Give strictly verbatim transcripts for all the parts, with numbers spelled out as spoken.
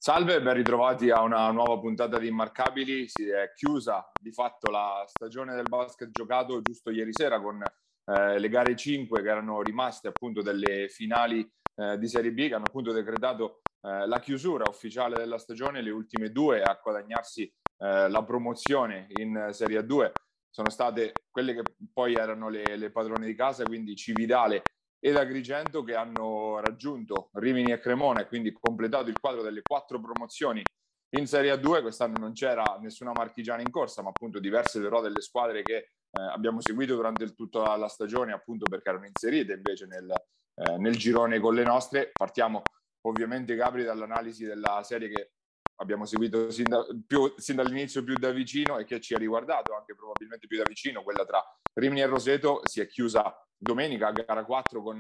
Salve, ben ritrovati a una nuova puntata di Immarcabili. Si è chiusa di fatto la stagione del basket giocato giusto ieri sera con eh, le gare cinque che erano rimaste appunto delle finali eh, di Serie B, che hanno appunto decretato eh, la chiusura ufficiale della stagione. Le ultime due a guadagnarsi eh, la promozione in Serie A due sono state quelle che poi erano le, le padrone di casa, quindi Cividale ed Agrigento, che hanno raggiunto Rimini e Cremona e quindi completato il quadro delle quattro promozioni in Serie A due. Quest'anno non c'era nessuna marchigiana in corsa, ma appunto diverse però delle squadre che eh, abbiamo seguito durante il, tutta la stagione, appunto perché erano inserite invece nel, eh, nel girone con le nostre. Partiamo ovviamente, Gabri, dall'analisi della serie che abbiamo seguito sin, da, più, sin dall'inizio più da vicino e che ci ha riguardato anche probabilmente più da vicino. Quella tra Rimini e Roseto si è chiusa domenica a gara quattro con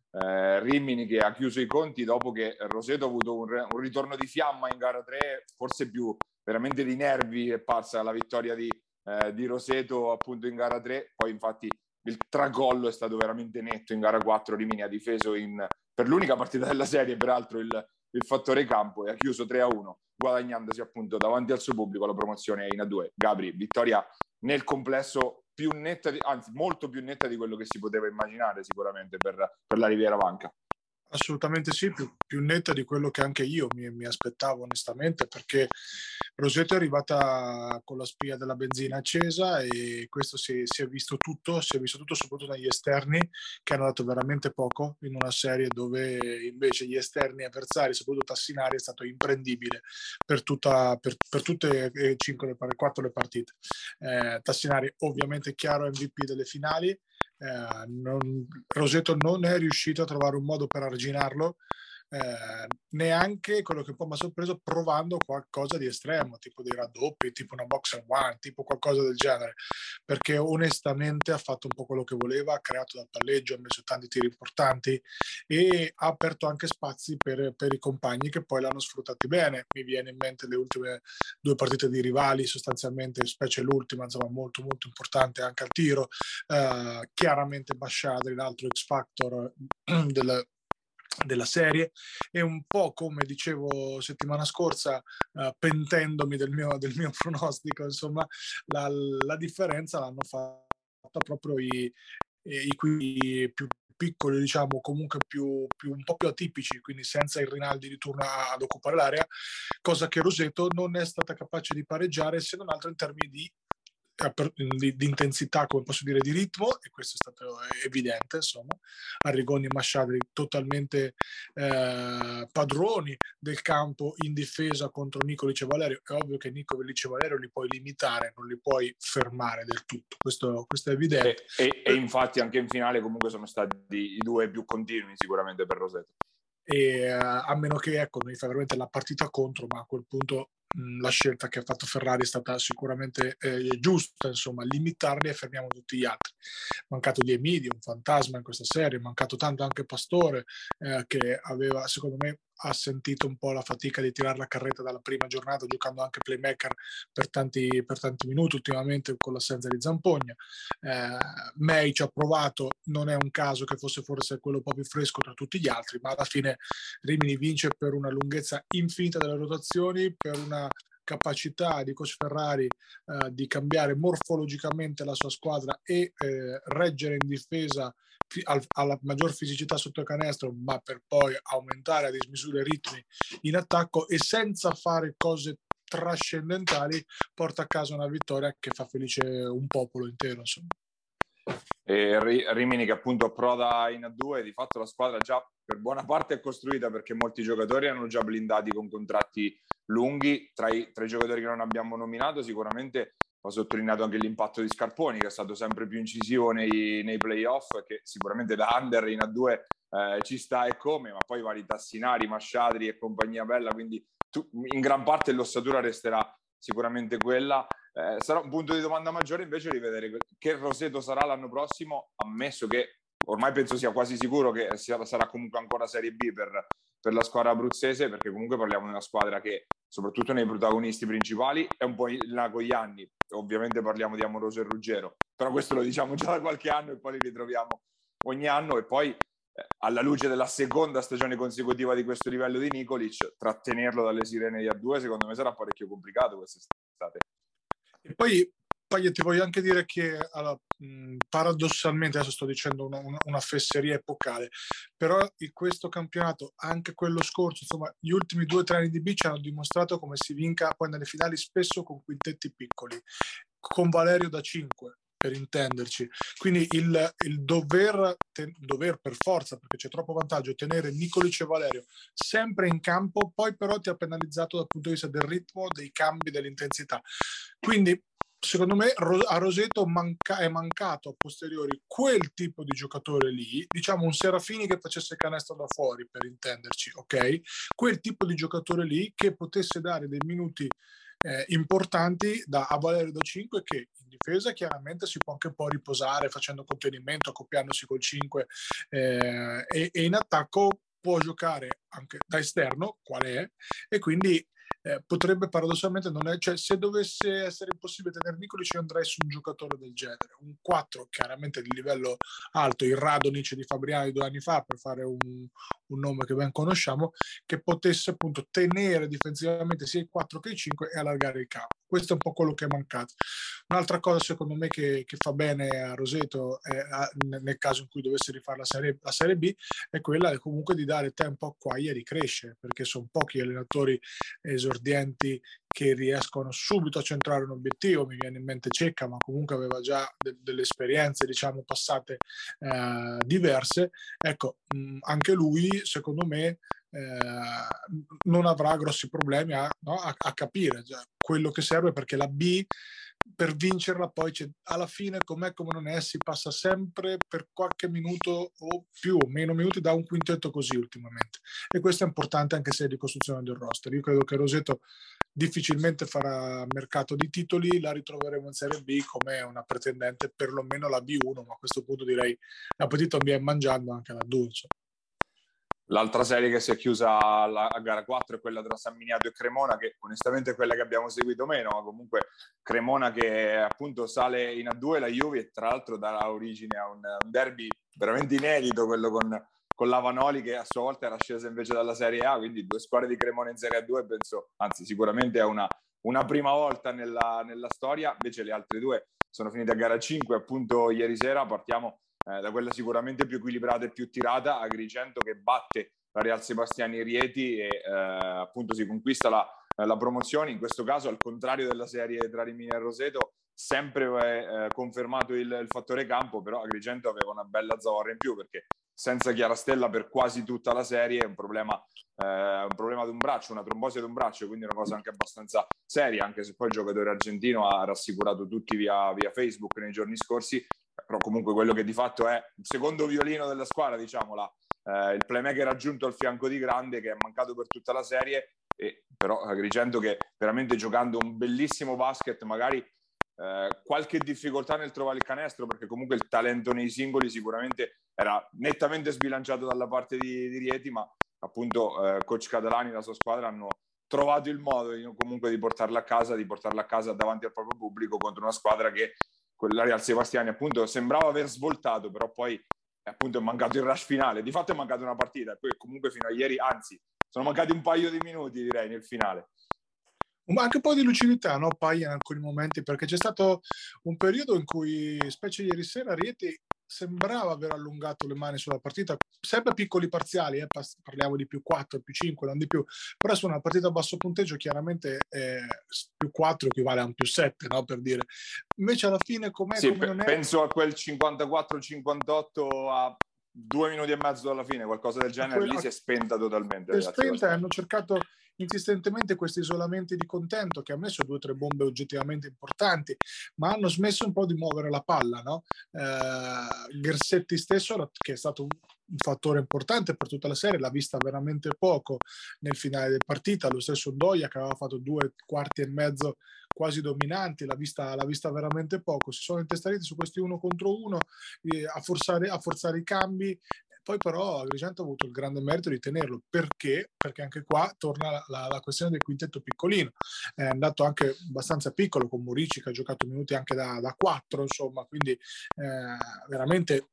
eh, Rimini che ha chiuso i conti dopo che Roseto ha avuto un, un ritorno di fiamma in gara tre, forse più veramente di nervi è parsa la vittoria di, eh, di Roseto appunto in gara tre. Poi infatti il tracollo è stato veramente netto in gara quattro. Rimini ha difeso in, per l'unica partita della serie peraltro il, il fattore campo e ha chiuso tre a uno, guadagnandosi appunto davanti al suo pubblico la promozione in A due. Gabri, vittoria nel complesso più netta, di, anzi molto più netta di quello che si poteva immaginare sicuramente per, per la Riviera Vanca. Assolutamente sì, più, più netta di quello che anche io mi, mi aspettavo onestamente, perché Roseto è arrivata con la spia della benzina accesa e questo si, si è visto tutto, si è visto tutto soprattutto negli esterni, che hanno dato veramente poco in una serie dove invece gli esterni avversari, soprattutto Tassinari, è stato imprendibile per, tutta, per, per tutte e cinque le, quattro le partite. Eh, Tassinari ovviamente chiaro M V P delle finali. Eh, non, Roseto non è riuscito a trovare un modo per arginarlo, eh, neanche quello che un po' mi ha sorpreso, provando qualcosa di estremo, tipo dei raddoppi, tipo una box and one, tipo qualcosa del genere, perché onestamente ha fatto un po' quello che voleva, ha creato dal palleggio, ha messo tanti tiri importanti e ha aperto anche spazi per, per i compagni che poi l'hanno sfruttati bene. Mi viene in mente le ultime due partite di rivali, sostanzialmente, specie l'ultima, insomma, molto molto importante anche al tiro. Uh, chiaramente Basciadri, l'altro X Factor del, della serie, e un po' come dicevo settimana scorsa, uh, pentendomi del mio, del mio pronostico, insomma, la, la differenza l'hanno fatta proprio i, i qui più piccoli, diciamo, comunque più, più, un po' più atipici, quindi senza il Rinaldi di turno ad occupare l'area, cosa che Roseto non è stata capace di pareggiare, se non altro in termini di Di, di intensità, come posso dire, di ritmo, e questo è stato evidente, insomma. Arrigoni e Masciadri totalmente eh, padroni del campo in difesa contro Nicolic e Valerio. È ovvio che Nicolic e Valerio li puoi limitare, non li puoi fermare del tutto, questo, questo è evidente. E, e, e infatti anche in finale comunque sono stati i due più continui sicuramente per Roseto. E, uh, a meno che, ecco, mi fa veramente la partita contro, ma a quel punto mh, la scelta che ha fatto Ferrari è stata sicuramente eh, giusta, insomma, limitarli e fermiamo tutti gli altri. Mancato di Emidio, un fantasma in questa serie, mancato tanto anche Pastore, eh, che aveva, secondo me, ha sentito un po' la fatica di tirare la carretta dalla prima giornata, giocando anche playmaker per tanti, per tanti minuti ultimamente con l'assenza di Zampogna. eh, May ci ha provato, non è un caso che fosse forse quello un po' più fresco tra tutti gli altri, ma alla fine Rimini vince per una lunghezza infinita delle rotazioni, per una capacità di coach Ferrari eh, di cambiare morfologicamente la sua squadra e eh, reggere in difesa al, alla maggior fisicità sotto il canestro, ma per poi aumentare a dismisura i ritmi in attacco, e senza fare cose trascendentali porta a casa una vittoria che fa felice un popolo intero, insomma. E Rimini che appunto approda in A due, di fatto la squadra già per buona parte è costruita, perché molti giocatori erano già blindati con contratti lunghi. Tra i, tra i giocatori che non abbiamo nominato sicuramente ho sottolineato anche l'impatto di Scarponi, che è stato sempre più incisivo nei, nei playoff, che sicuramente da under in A due eh, ci sta e come, ma poi vari Tassinari, Masciadri e compagnia bella, quindi tu, in gran parte l'ossatura resterà sicuramente quella. Eh, sarà un punto di domanda maggiore invece rivedere che Roseto sarà l'anno prossimo, ammesso che ormai penso sia quasi sicuro che sia, sarà comunque ancora Serie B per, per la squadra abruzzese, perché comunque parliamo di una squadra che soprattutto nei protagonisti principali è un po' in là con gli anni. Ovviamente parliamo di Amoroso e Ruggero, però questo lo diciamo già da qualche anno e poi li ritroviamo ogni anno. E poi alla luce della seconda stagione consecutiva di questo livello di Nikolic, trattenerlo dalle sirene di A due secondo me sarà parecchio complicato quest'estate. E poi, poi ti voglio anche dire che allora, mh, paradossalmente, adesso sto dicendo una, una, una fesseria epocale, però in questo campionato, anche quello scorso, insomma gli ultimi due o tre anni di B ci hanno dimostrato come si vinca poi nelle finali spesso con quintetti piccoli, con Valerio da cinque per intenderci, quindi il, il dover, ten, dover per forza, perché c'è troppo vantaggio, tenere Nikolic e Valerio sempre in campo, poi però ti ha penalizzato dal punto di vista del ritmo, dei cambi, dell'intensità. Quindi secondo me a Roseto manca, è mancato a posteriori quel tipo di giocatore lì, diciamo un Serafini che facesse canestro da fuori per intenderci, ok? Quel tipo di giocatore lì che potesse dare dei minuti Eh, importanti da, a Valerio da cinque, che in difesa chiaramente si può anche un po' riposare facendo contenimento, accoppiandosi col cinque, eh, e, e in attacco può giocare anche da esterno, qual è, e quindi eh, potrebbe paradossalmente non è, cioè se dovesse essere impossibile tenere Nikolic io andrei su un giocatore del genere, un quattro chiaramente di livello alto, il Radonic di Fabriano di due anni fa, per fare un, un nome che ben conosciamo, che potesse appunto tenere difensivamente sia i quattro che i cinque e allargare il campo. Questo è un po' quello che è mancato. Un'altra cosa secondo me che, che fa bene a Roseto è, a, nel caso in cui dovesse rifare la serie, la serie B, è quella comunque di dare tempo a Quaglia di crescere, perché sono pochi allenatori esordienti che riescono subito a centrare un obiettivo. Mi viene in mente Cecca, ma comunque aveva già de- delle esperienze diciamo passate eh, diverse. Ecco, mh, anche lui secondo me eh, non avrà grossi problemi a, no, a, a capire cioè, quello che serve, perché la B per vincerla poi c'è, alla fine com'è come non è, si passa sempre per qualche minuto o più o meno minuti da un quintetto così ultimamente, e questo è importante anche se è di costruzione del roster. Io credo che Roseto difficilmente farà mercato di titoli, la ritroveremo in Serie B come una pretendente perlomeno la B uno, ma a questo punto direi l'appetito mi è mangiando anche la due. L'altra serie che si è chiusa alla, a gara quattro è quella tra San Miniato e Cremona, che onestamente è quella che abbiamo seguito meno, ma comunque Cremona che appunto sale in A due, la Juve, e tra l'altro darà origine a un, un derby veramente inedito, quello con, con l'Avanoli, che a sua volta era scesa invece dalla Serie A, quindi due squadre di Cremona in Serie A due, penso, anzi sicuramente è una, una prima volta nella, nella storia. Invece le altre due sono finite a gara cinque, appunto ieri sera. Partiamo Eh, da quella sicuramente più equilibrata e più tirata, Agrigento che batte la Real Sebastiani Rieti e eh, appunto si conquista la, la promozione. In questo caso, al contrario della serie tra Rimini e Roseto, sempre eh, confermato il, il fattore campo, però Agrigento aveva una bella zavorra in più, perché senza Chiarastella per quasi tutta la serie è un problema, eh, un problema ad un braccio, una trombosi ad un braccio, quindi una cosa anche abbastanza seria, anche se poi il giocatore argentino ha rassicurato tutti via, via Facebook nei giorni scorsi. Però comunque quello che di fatto è il secondo violino della squadra, diciamola, eh, il playmaker raggiunto al fianco di Grande, che è mancato per tutta la serie, e però Agrigento che veramente giocando un bellissimo basket, magari eh, qualche difficoltà nel trovare il canestro, perché comunque il talento nei singoli sicuramente era nettamente sbilanciato dalla parte di, di Rieti, ma appunto eh, coach Catalani e la sua squadra hanno trovato il modo di, comunque di portarla a casa, di portarla a casa davanti al proprio pubblico contro una squadra che, quella Real Sebastiani, appunto sembrava aver svoltato, però poi appunto è mancato il rush finale. Di fatto è mancata una partita, e poi comunque fino a ieri, anzi sono mancati un paio di minuti direi nel finale. Ma anche un po' di lucidità, no? Poi in alcuni momenti, perché c'è stato un periodo in cui, specie ieri sera, Rieti sembrava aver allungato le mani sulla partita, sempre piccoli parziali, eh? Parliamo di più quattro, più cinque, non di più, però su una partita a basso punteggio chiaramente eh, più quattro equivale a un più sette, no? Per dire. Invece alla fine com'è, sì, come non è... penso a quel cinquantaquattro cinquantotto a due minuti e mezzo dalla fine, qualcosa del genere, lì si è spenta totalmente. Si è spenta e hanno cercato insistentemente questi isolamenti di Contento, che ha messo due o tre bombe oggettivamente importanti, ma hanno smesso un po' di muovere la palla, no? Eh, Gersetti stesso, che è stato un, un fattore importante per tutta la serie, l'ha vista veramente poco nel finale del partita. Lo stesso Ndoia, che aveva fatto due quarti e mezzo quasi dominanti, l'ha vista, l'ha vista veramente poco. Si sono intestariti su questi uno contro uno, eh, a, forzare, a forzare i cambi. Poi però Agrigento ha avuto il grande merito di tenerlo. Perché? Perché anche qua torna la, la, la questione del quintetto piccolino. È andato anche abbastanza piccolo con Murici, che ha giocato minuti anche da, da quattro, insomma, quindi eh, veramente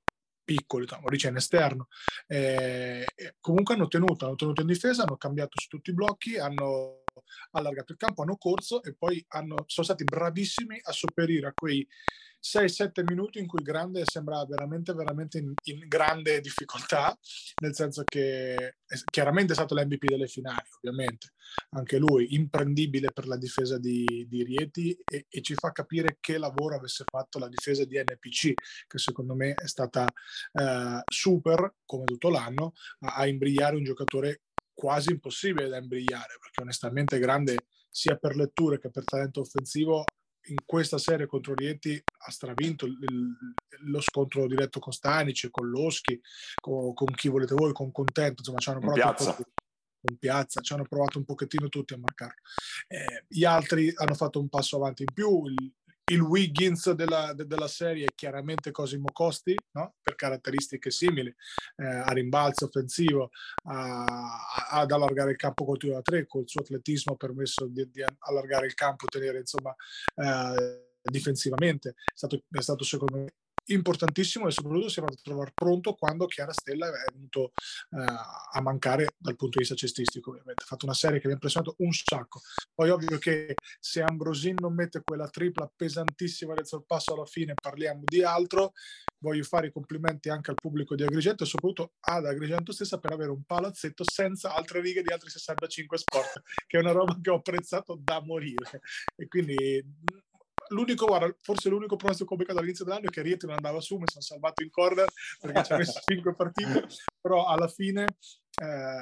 piccoli, Morici è in esterno, eh, comunque hanno tenuto, hanno tenuto in difesa, hanno cambiato su tutti i blocchi, hanno allargato il campo, hanno corso e poi hanno, sono stati bravissimi a sopperire a quei sei sette minuti in cui Grande sembra veramente veramente in, in grande difficoltà, nel senso che è, chiaramente è stato l'M V P delle finali, ovviamente anche lui imprendibile per la difesa di, di Rieti, e, e ci fa capire che lavoro avesse fatto la difesa di N P C, che secondo me è stata eh, super come tutto l'anno a, a imbrigliare un giocatore quasi impossibile da imbrigliare, perché onestamente Grande sia per letture che per talento offensivo in questa serie contro Rieti ha stravinto il, il, lo scontro diretto con Stanic, con Loschi, con, con chi volete voi, con Contento, insomma ci hanno provato un po' con Piazza, ci hanno provato un pochettino tutti a marcarlo. Eh, gli altri hanno fatto un passo avanti in più, il, il Wiggins della, de, della serie è chiaramente Cosimo Costi, no? Per caratteristiche simili, eh, a rimbalzo offensivo, a, a, ad allargare il campo continuo da tre, col suo atletismo ha permesso di, di allargare il campo, tenere insomma eh, difensivamente, è stato, è stato secondo me importantissimo, e soprattutto si è fatto trovare pronto quando Chiara Stella è venuto uh, a mancare dal punto di vista cestistico. Ovviamente ha fatto una serie che mi ha impressionato un sacco. Poi ovvio che se Ambrosin non mette quella tripla pesantissima del sorpasso alla fine parliamo di altro. Voglio fare i complimenti anche al pubblico di Agrigento e soprattutto ad Agrigento stessa per avere un palazzetto senza altre righe di altri sessantacinque sport, che è una roba che ho apprezzato da morire. E quindi l'unico, guarda, forse l'unico pronostico complicato all'inizio dell'anno è che Rieti non andava su, mi sono salvato in corner perché ci ha messo cinque partite, però alla fine eh,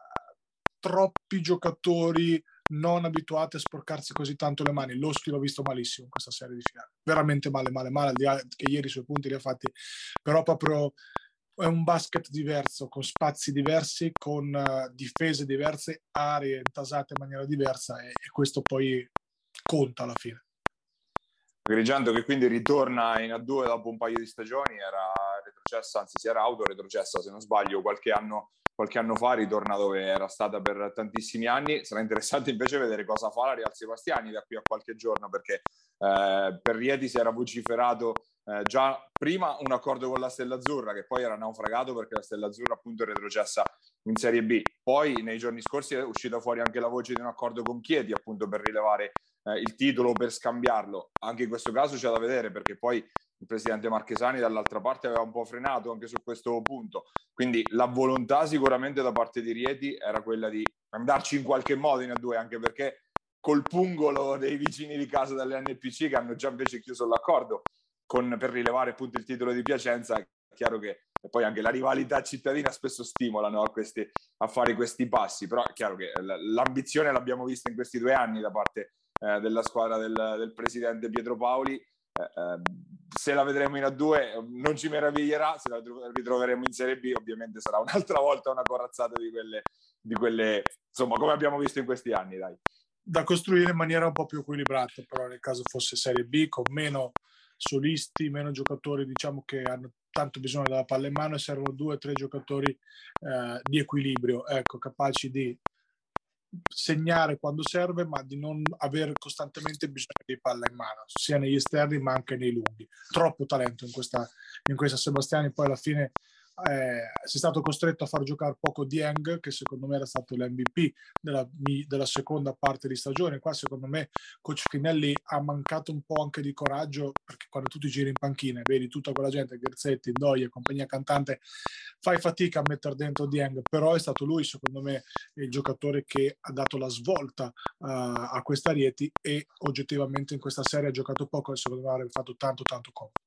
troppi giocatori non abituati a sporcarsi così tanto le mani. Loschi l'ho visto malissimo in questa serie di finale, veramente male, male, male, al di là che ieri i suoi punti li ha fatti, però proprio è un basket diverso, con spazi diversi, con uh, difese diverse, aree intasate in maniera diversa, e, e questo poi conta alla fine. Agrigento che quindi ritorna in A due dopo un paio di stagioni, era retrocessa, anzi si era auto-retrocessa se non sbaglio qualche anno, qualche anno fa, ritorna dove era stata per tantissimi anni. Sarà interessante invece vedere cosa fa la Real Sebastiani da qui a qualche giorno, perché eh, per Rieti si era vociferato eh, già prima un accordo con la Stella Azzurra, che poi era naufragato perché la Stella Azzurra appunto è retrocessa in Serie B. Poi nei giorni scorsi è uscita fuori anche la voce di un accordo con Chieti appunto per rilevare eh, il titolo, per scambiarlo. Anche in questo caso c'è da vedere, perché poi il presidente Marchesani dall'altra parte aveva un po' frenato anche su questo punto, quindi la volontà sicuramente da parte di Rieti era quella di andarci in qualche modo in A due, anche perché col pungolo dei vicini di casa dell'N P C che hanno già invece chiuso l'accordo con, per rilevare appunto il titolo di Piacenza, è chiaro che e poi anche la rivalità cittadina spesso stimolano a, questi, a fare questi passi, però è chiaro che l'ambizione l'abbiamo vista in questi due anni da parte eh, della squadra del, del presidente Pietro Paoli. Eh, eh, se la vedremo in A due non ci meraviglierà, se la ritroveremo in Serie B ovviamente sarà un'altra volta una corazzata di quelle, di quelle insomma come abbiamo visto in questi anni, dai. Da costruire in maniera un po' più equilibrata, però nel caso fosse Serie B con meno solisti, meno giocatori diciamo che hanno tanto bisogno della palla in mano, e servono due o tre giocatori eh, di equilibrio, ecco, capaci di segnare quando serve, ma di non avere costantemente bisogno di palla in mano, sia negli esterni ma anche nei lunghi. Troppo talento in questa, in questa Sebastiani. Poi alla fine eh, si è stato costretto a far giocare poco Dieng, che secondo me era stato l'M V P della, della seconda parte di stagione. Qua secondo me coach Finelli ha mancato un po' anche di coraggio, perché quando tu ti giri in panchina e vedi tutta quella gente, Gherzetti, Ndoye e compagnia cantante, fai fatica a mettere dentro Dieng, però è stato lui secondo me il giocatore che ha dato la svolta uh, a questa Rieti, e oggettivamente in questa serie ha giocato poco e secondo me avrebbe fatto tanto tanto comodo.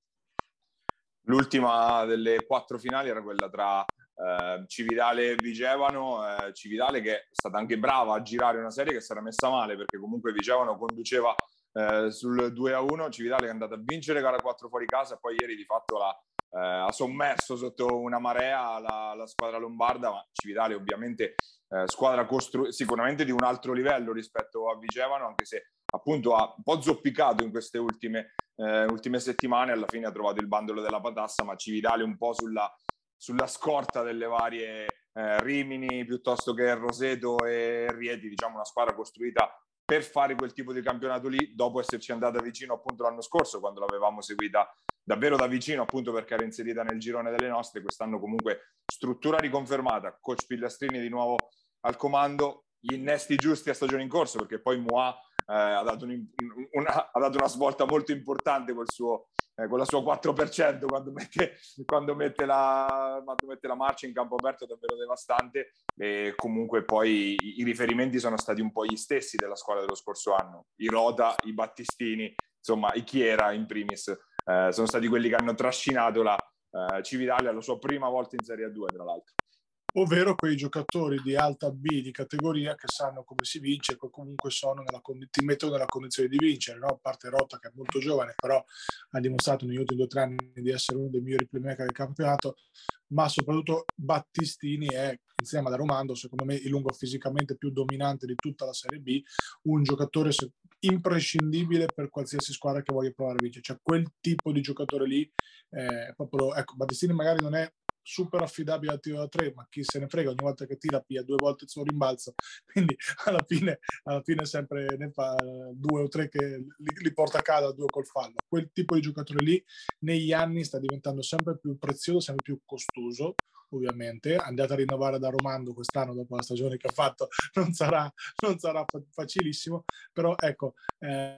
L'ultima delle quattro finali era quella tra eh, Cividale e Vigevano, eh, Cividale che è stata anche brava a girare una serie che si era messa male, perché comunque Vigevano conduceva eh, sul due a uno, Cividale che è andata a vincere gara quattro fuori casa, e poi ieri di fatto la, eh, ha sommerso sotto una marea la, la squadra lombarda, ma Cividale ovviamente eh, squadra costru- sicuramente di un altro livello rispetto a Vigevano, anche se appunto ha un po' zoppicato in queste ultime, eh, ultime settimane. Alla fine ha trovato il bandolo della patassa, ma Cividale un po' sulla, sulla scorta delle varie eh, Rimini piuttosto che Roseto e Rieti, diciamo una squadra costruita per fare quel tipo di campionato lì, dopo esserci andata vicino appunto l'anno scorso quando l'avevamo seguita davvero da vicino, appunto perché era inserita nel girone delle nostre. Quest'anno comunque struttura riconfermata, coach Pilastrini di nuovo al comando, gli innesti giusti a stagione in corso, perché poi Mois eh, ha, dato un, una, ha dato una svolta molto importante col suo, eh, con la sua quattro per cento quando mette, quando, mette la, quando mette la marcia in campo aperto, davvero devastante. E comunque poi i, i riferimenti sono stati un po' gli stessi della squadra dello scorso anno, i Rota, i Battistini, insomma i Chiera in primis, eh, sono stati quelli che hanno trascinato la eh, Cividale alla sua prima volta in Serie A due, tra l'altro. Ovvero quei giocatori di alta B di categoria che sanno come si vince, che comunque sono nella, ti mettono nella condizione di vincere, no? A parte Rota che è molto giovane, però ha dimostrato negli ultimi due o tre anni di essere uno dei migliori playmaker del campionato, ma soprattutto Battistini è, insieme ad Aromando, secondo me il lungo fisicamente più dominante di tutta la Serie B, un giocatore imprescindibile per qualsiasi squadra che voglia provare a vincere. Cioè quel tipo di giocatore lì, eh, proprio, ecco, Battistini magari non è super affidabile al tiro da tre, ma chi se ne frega, ogni volta che tira piglia due volte il suo rimbalzo, quindi alla fine, alla fine sempre ne fa due o tre che li, li porta a casa, due col fallo. Quel tipo di giocatore lì negli anni sta diventando sempre più prezioso, sempre più costoso. Ovviamente andate a rinnovare da Romando quest'anno dopo la stagione che ha fatto, non sarà, non sarà facilissimo, però ecco, eh,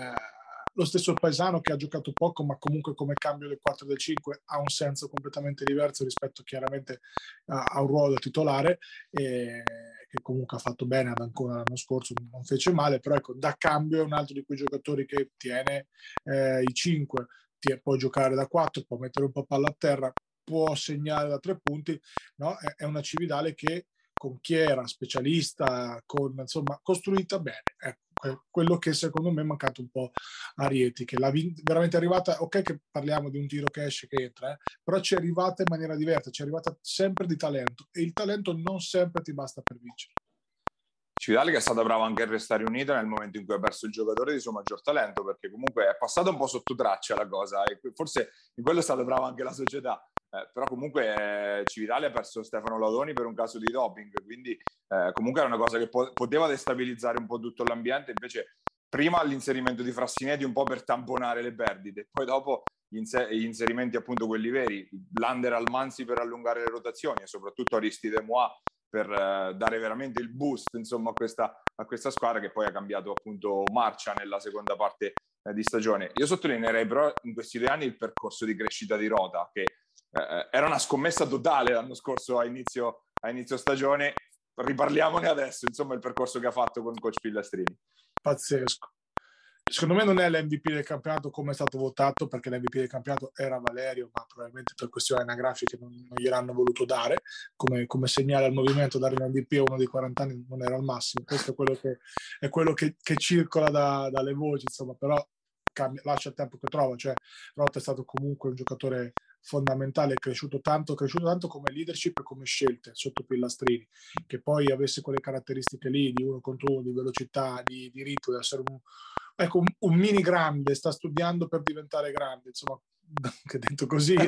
lo stesso Paesano che ha giocato poco ma comunque come cambio del quattro del cinque ha un senso completamente diverso rispetto chiaramente a, a un ruolo da titolare, e che comunque ha fatto bene ad Ancona l'anno scorso, non fece male, però ecco, da cambio è un altro di quei giocatori che tiene eh, i cinque, può giocare da quattro, può mettere un po' palla a terra, può segnare da tre punti, no? È, è una Cividale che con Chiera, specialista, con, insomma, costruita bene. Ecco, quello che secondo me è mancato un po' a Rieti, che l'ha veramente arrivata, ok che parliamo di un tiro che esce, che entra, eh, però ci è arrivata in maniera diversa, ci è arrivata sempre di talento, e il talento non sempre ti basta per vincere. Cividale che è stata brava anche a restare unita nel momento in cui ha perso il giocatore di suo maggior talento, perché comunque è passata un po' sotto traccia la cosa, e forse in quello è stata brava anche la società. Eh, però comunque eh, Cividale ha perso Stefano Laudoni per un caso di doping, quindi eh, comunque era una cosa che po- poteva destabilizzare un po' tutto l'ambiente. Invece prima l'inserimento di Frassinetti un po' per tamponare le perdite, poi dopo gli, inser- gli inserimenti appunto quelli veri, l'under Almanzi per allungare le rotazioni e soprattutto Aristide Mois per eh, dare veramente il boost insomma a questa, a questa squadra, che poi ha cambiato appunto marcia nella seconda parte eh, di stagione. Io sottolineerei però in questi due anni il percorso di crescita di Rota, che Eh, era una scommessa totale l'anno scorso a inizio, a inizio stagione. Riparliamone adesso, insomma, il percorso che ha fatto con coach Pilastrini. Pazzesco. Secondo me non è l'M V P del campionato come è stato votato, perché l'M V P del campionato era Valerio, ma probabilmente per questioni anagrafiche non, non gliel'hanno voluto dare come, come segnale al movimento. Dare l'M V P a uno di quaranta anni non era al massimo. Questo è quello che, è quello che, che circola da, dalle voci, insomma, però cambia, lascia il tempo che trova. Cioè Rota è stato comunque un giocatore fondamentale, è cresciuto tanto, è cresciuto tanto come leadership e come scelte sotto Pilastrini, che poi avesse quelle caratteristiche lì di uno contro uno, di velocità, di, di ritmo, di essere un, ecco, un, un mini grande, sta studiando per diventare grande, insomma, che detto così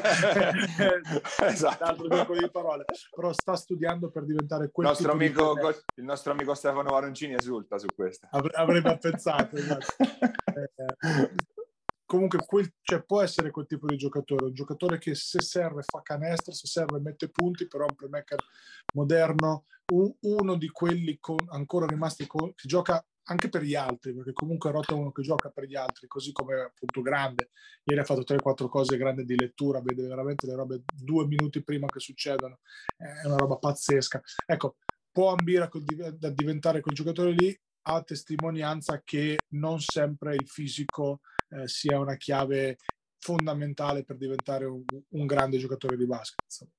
esatto. Altro gioco di parole, però sta studiando per diventare quel nostro tipo amico, di il nostro amico Stefano Varoncini esulta su questo. Avrebbe pensato, esatto. eh, comunque quel, cioè, può essere quel tipo di giocatore, un giocatore che se serve fa canestro, se serve mette punti, però è un playmaker moderno, un, uno di quelli con, ancora rimasti con, che gioca anche per gli altri, perché comunque Rota è uno che gioca per gli altri, così come appunto grande. Ieri ha fatto tre quattro cose grandi di lettura, vede veramente le robe due minuti prima che succedano, è una roba pazzesca. Ecco, può ambire a diventare quel giocatore lì, a testimonianza che non sempre il fisico eh, sia una chiave fondamentale per diventare un, un grande giocatore di basket. Insomma.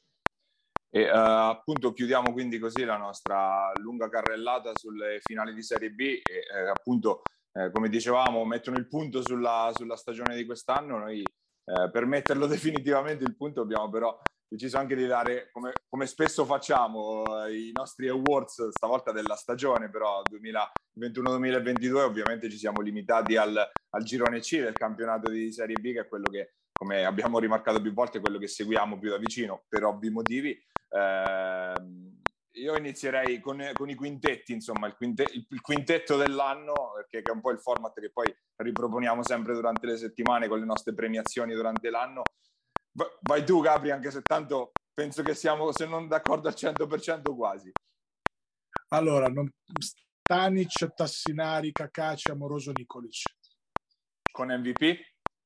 E uh, appunto chiudiamo quindi così la nostra lunga carrellata sulle finali di Serie B e eh, appunto eh, come dicevamo mettono il punto sulla, sulla stagione di quest'anno. Noi eh, per metterlo definitivamente il punto abbiamo però deciso anche di dare, come, come spesso facciamo, eh, i nostri awards, stavolta della stagione però duemilaventuno duemilaventidue. Ovviamente ci siamo limitati al, al girone C del campionato di Serie B, che è quello che, come abbiamo rimarcato più volte, è quello che seguiamo più da vicino per ovvi motivi. Eh, io inizierei con, con i quintetti, insomma, il, quinte, il, il quintetto dell'anno, perché è un po' il format che poi riproponiamo sempre durante le settimane con le nostre premiazioni durante l'anno. Vai tu, Gabri, anche se tanto penso che siamo, se non d'accordo al cento per cento quasi. Allora, non, Stanic, Tassinari, Cacace, Amoroso, Nikolic. Con M V P?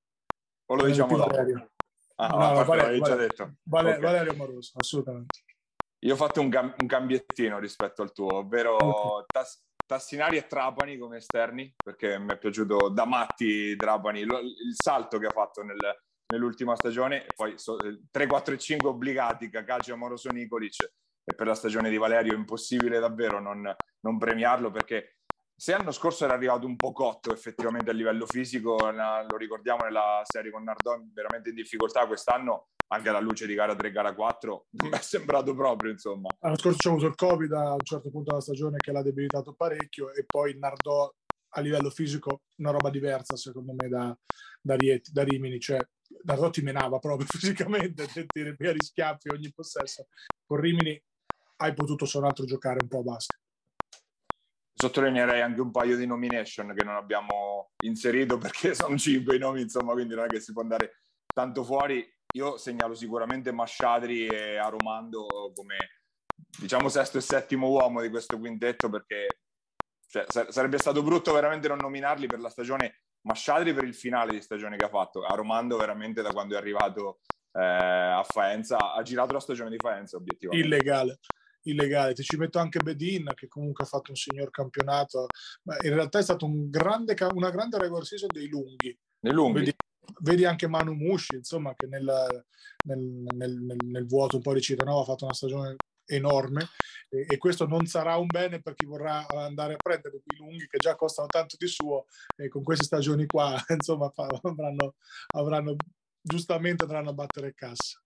O lo con diciamo dopo? Valerio. Ah, no, no, no, parte, Valerio, già Valerio, detto. Valerio, Okay. Valerio Amoroso, assolutamente. Io ho fatto un, cam- un cambiettino rispetto al tuo, ovvero okay. Tas- Tassinari e Trapani come esterni, perché mi è piaciuto da matti Trapani, lo, il salto che ha fatto nel, nell'ultima stagione, e poi so, tre quattro e cinque obbligati, Cacace, Amoroso, Nikolic, e per la stagione di Valerio è impossibile davvero non, non premiarlo, perché se l'anno scorso era arrivato un po' cotto effettivamente a livello fisico, lo ricordiamo nella serie con Nardò, veramente in difficoltà, quest'anno anche alla luce di gara tre, gara quattro, non mi è sembrato proprio, insomma. L'anno scorso c'è avuto il Covid a un certo punto della stagione che l'ha debilitato parecchio, e poi Nardò a livello fisico una roba diversa secondo me da, da, Rieti, da Rimini, cioè Nardò ti menava proprio fisicamente, tiri via gli schiaffi ogni possesso. Con Rimini hai potuto solo altro giocare un po' a basket. Sottolineerei anche un paio di nomination che non abbiamo inserito, perché sono cinque i nomi, insomma, quindi non è che si può andare tanto fuori. Io segnalo sicuramente Masciadri e Aromando come, diciamo, sesto e settimo uomo di questo quintetto, perché cioè, sarebbe stato brutto veramente non nominarli per la stagione. Masciadri per il finale di stagione che ha fatto, Aromando veramente da quando è arrivato eh, a Faenza, ha girato la stagione di Faenza obiettivamente. Illegale. illegale, ti ci metto anche Bedin che comunque ha fatto un signor campionato, ma in realtà è stato un grande, una grande regular season dei lunghi, nei lunghi. Vedi, vedi anche Manu Mushi, insomma, che nel, nel, nel, nel, nel vuoto un po' di Cittadella ha fatto una stagione enorme, e, e questo non sarà un bene per chi vorrà andare a prendere i lunghi che già costano tanto di suo, e con queste stagioni qua insomma avranno, avranno giustamente andranno a battere cassa.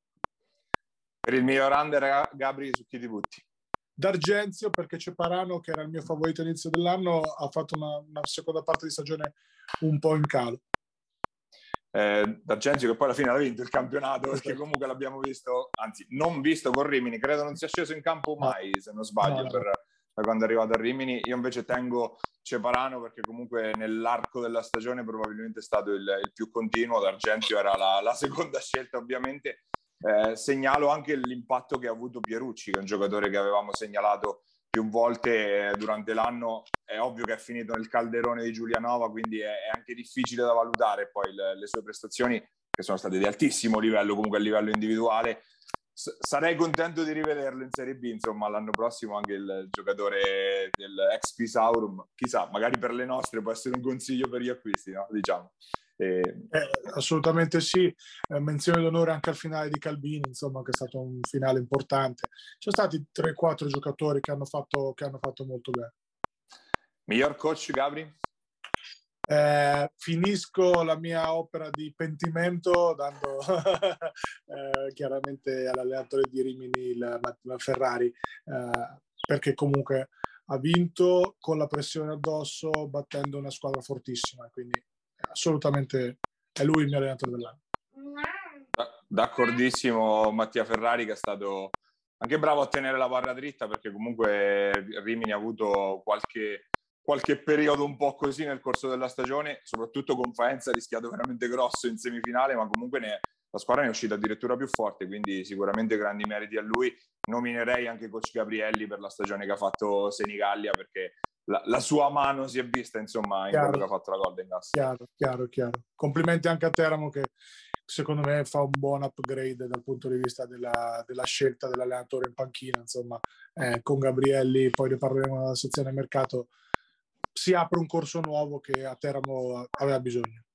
Per il miglior under, Gabri, su chi ti butti? D'Argenzio, perché Ceparano, che era il mio favorito all'inizio dell'anno, ha fatto una, una seconda parte di stagione un po' in calo. Eh, D'Argenzio che poi alla fine ha vinto il campionato, perché comunque l'abbiamo visto, anzi non visto con Rimini, credo non sia sceso in campo mai, no. se non sbaglio, no, no. Per, per quando è arrivato a Rimini. Io invece tengo Ceparano, perché comunque nell'arco della stagione probabilmente è stato il, il più continuo. D'Argenzio era la, la seconda scelta ovviamente. Eh, segnalo anche l'impatto che ha avuto Pierucci, che è un giocatore che avevamo segnalato più volte durante l'anno. È ovvio che è finito nel calderone di Giulianova, quindi è, è anche difficile da valutare poi le, le sue prestazioni, che sono state di altissimo livello, comunque a livello individuale. S- sarei contento di rivederlo in Serie B, insomma, l'anno prossimo anche il giocatore dell'ex Pisaurum, chissà, magari per le nostre può essere un consiglio per gli acquisti, no? Diciamo. Eh, assolutamente sì, eh, menzione d'onore anche al finale di Calbini, insomma, che è stato un finale importante. Ci sono stati tre quattro giocatori che hanno fatto, che hanno fatto molto bene. Miglior coach, Gabri? Eh, finisco la mia opera di pentimento dando eh, chiaramente all'allenatore di Rimini, il Ferrari, eh, perché comunque ha vinto con la pressione addosso, battendo una squadra fortissima, quindi assolutamente è lui il mio allenatore dell'anno. D'accordissimo, Mattia Ferrari, che è stato anche bravo a tenere la barra dritta, perché comunque Rimini ha avuto qualche, qualche periodo un po' così nel corso della stagione, soprattutto con Faenza ha rischiato veramente grosso in semifinale, ma comunque ne, la squadra ne è uscita addirittura più forte, quindi sicuramente grandi meriti a lui. Nominerei anche coach Gabrielli per la stagione che ha fatto Senigallia, perché La, la sua mano si è vista, insomma, in chiaro, quello che ha fatto la Golden Gas. Chiaro, chiaro, chiaro. Complimenti anche a Teramo, che secondo me fa un buon upgrade dal punto di vista della, della scelta dell'allenatore in panchina, insomma, eh, con Gabrielli, poi ne parleremo nella sezione mercato, si apre un corso nuovo che a Teramo aveva bisogno.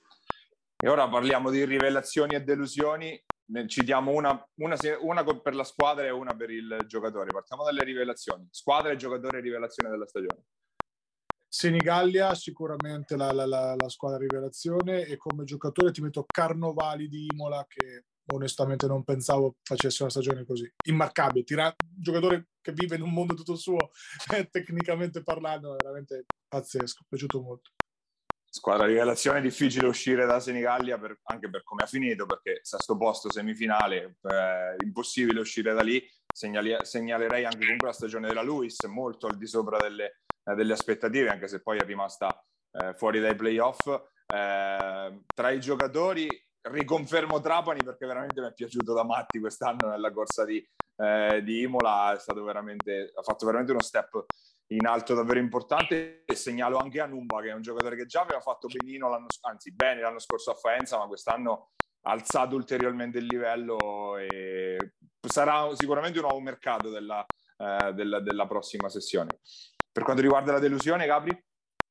E ora parliamo di rivelazioni e delusioni. Ne citiamo una, una, una per la squadra e una per il giocatore. Partiamo dalle rivelazioni. Squadra e giocatore rivelazione della stagione. Senigallia sicuramente la, la, la, la squadra rivelazione, e come giocatore ti metto Carnovali di Imola, che onestamente non pensavo facesse una stagione così immarcabile. Tira, giocatore che vive in un mondo tutto suo, eh, tecnicamente parlando, è veramente pazzesco, mi è piaciuto molto. Squadra rivelazione, difficile uscire da Senigallia per, anche per come ha finito, perché sesto posto semifinale, eh, impossibile uscire da lì. segnali, segnalerei anche comunque la stagione della Lewis, molto al di sopra delle, eh, delle aspettative, anche se poi è rimasta eh, fuori dai playoff. Eh, tra i giocatori riconfermo Trapani, perché veramente mi è piaciuto da matti quest'anno nella corsa di, eh, di Imola, è stato veramente, ha fatto veramente uno step in alto davvero importante. E segnalo anche Anumba, che è un giocatore che già aveva fatto benino l'anno, anzi bene l'anno scorso a Faenza, ma quest'anno ha alzato ulteriormente il livello e sarà sicuramente un nuovo mercato della, eh, della, della prossima sessione. Per quanto riguarda la delusione, Gabri?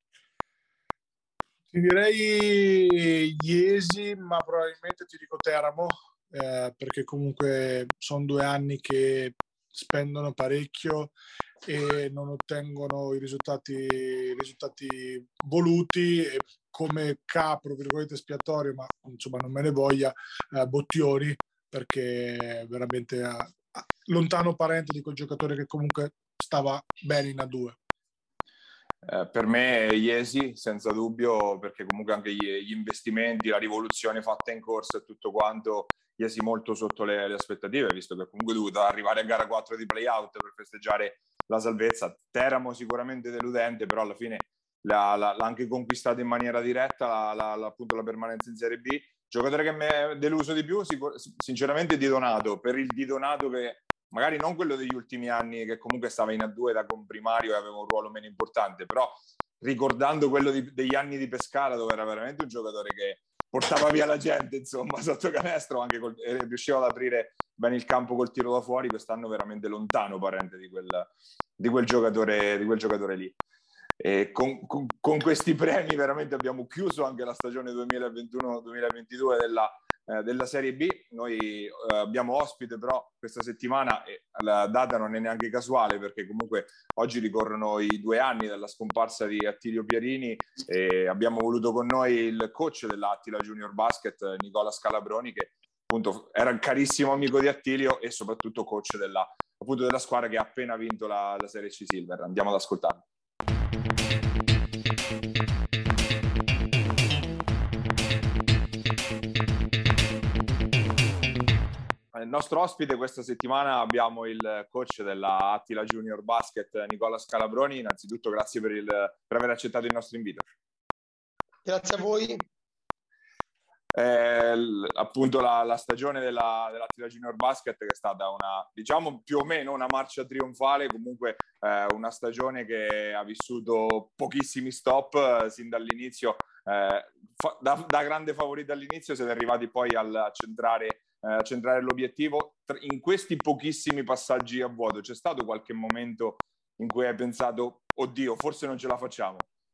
Ti direi Iesi, ma probabilmente ti dico Teramo, eh, perché comunque sono due anni che spendono parecchio e non ottengono i risultati, i risultati voluti, e come capro, virgolette, espiatorio, ma insomma non me ne voglia, eh, Bottioni, perché è veramente eh, lontano parente di quel giocatore che comunque stava bene in A due. Eh, per me Iesi, senza dubbio, perché comunque anche gli, gli investimenti, la rivoluzione fatta in corsa e tutto quanto, Iesi molto sotto le, le aspettative, visto che comunque è dovuto arrivare a gara quattro di play-out per festeggiare la salvezza. Teramo sicuramente deludente, però alla fine l'ha, l'ha, l'ha anche conquistata in maniera diretta, la, la, la, appunto la permanenza in Serie B. Giocatore che mi è deluso di più, sicur- sinceramente Di Donato, per il Di Donato che magari non quello degli ultimi anni, che comunque stava in A due da comprimario e aveva un ruolo meno importante, però ricordando quello di, degli anni di Pescara, dove era veramente un giocatore che portava via la gente, insomma, sotto canestro, anche col, e riusciva ad aprire bene il campo col tiro da fuori. Quest'anno veramente lontano parente di quel, di quel giocatore, di quel giocatore lì. E con, con, con questi premi veramente abbiamo chiuso anche la stagione duemilaventuno duemilaventidue della Eh, della Serie B. Noi eh, abbiamo ospite però questa settimana, e la data non è neanche casuale, perché comunque oggi ricorrono i due anni dalla scomparsa di Attilio Pierini, e abbiamo voluto con noi il coach dell'Attila Junior Basket, Nicola Scalabroni, che appunto era un carissimo amico di Attilio e soprattutto coach della, appunto, della squadra che ha appena vinto la, la Serie C Silver. Andiamo ad ascoltarlo. Il nostro ospite questa settimana abbiamo il coach della Attila Junior Basket, Nicola Scalabroni. Innanzitutto grazie per, il, per aver accettato il nostro invito. Grazie a voi. Eh, l, appunto la, la stagione della, dell'Attila Junior Basket, che è stata una, diciamo più o meno una marcia trionfale, comunque eh, una stagione che ha vissuto pochissimi stop eh, sin dall'inizio. Eh, fa, da, da grande favorito all'inizio siete arrivati poi al, a centrare Eh, centrare l'obiettivo. In questi pochissimi passaggi a vuoto c'è stato qualche momento in cui hai pensato oddio, forse non ce la facciamo?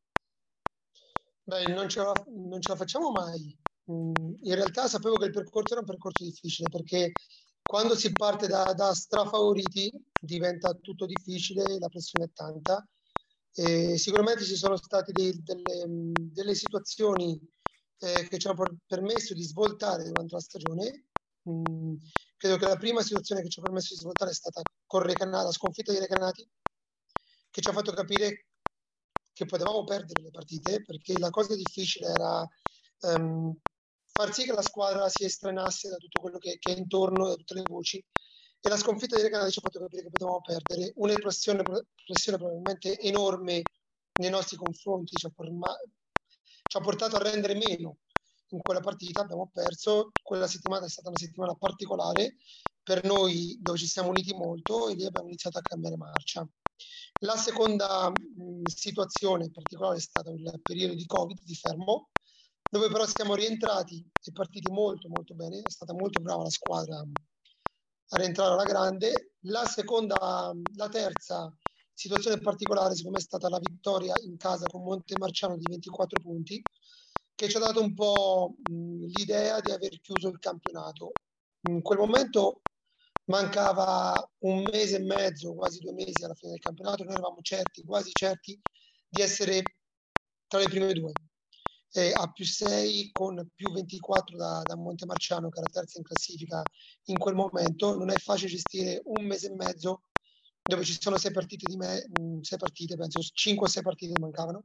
Beh, non ce la, non ce la facciamo mai. In realtà sapevo che il percorso era un percorso difficile, perché quando si parte da, da strafavoriti diventa tutto difficile, la pressione è tanta, e sicuramente ci sono state dei, delle, delle situazioni eh, che ci hanno permesso di svoltare durante la stagione. Mm, credo che la prima situazione che ci ha permesso di svoltare è stata con Recanati, la sconfitta di Recanati, che ci ha fatto capire che potevamo perdere le partite, perché la cosa difficile era um, far sì che la squadra si estrenasse da tutto quello che, che è intorno, da tutte le voci, e la sconfitta di Recanati ci ha fatto capire che potevamo perdere. Una pressione, pressione probabilmente enorme nei nostri confronti ci ha, forma, ci ha portato a rendere meno. In quella partita abbiamo perso. Quella settimana è stata una settimana particolare per noi, dove ci siamo uniti molto e lì abbiamo iniziato a cambiare marcia. La seconda mh, situazione particolare è stato il periodo di Covid, di fermo, dove però siamo rientrati e partiti molto molto bene. È stata molto brava la squadra a rientrare alla grande. La seconda, la terza situazione particolare secondo me è stata la vittoria in casa con Montemarciano di ventiquattro punti, che ci ha dato un po' mh, l'idea di aver chiuso il campionato. In quel momento mancava un mese e mezzo, quasi due mesi alla fine del campionato. Noi eravamo certi, quasi certi, di essere tra le prime due. E a più sei con più ventiquattro da, da Montemarciano, che era terza in classifica in quel momento. Non è facile gestire un mese e mezzo dove ci sono sei partite di me, mh, sei partite, penso cinque o sei partite mancavano.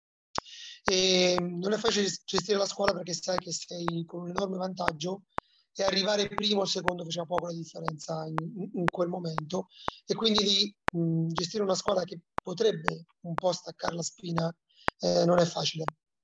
E non è facile gestire la squadra perché sai che sei con un enorme vantaggio e arrivare primo o secondo faceva poco la differenza in, in quel momento, e quindi lì mh, gestire una squadra che potrebbe un po' staccare la spina eh, non è facile.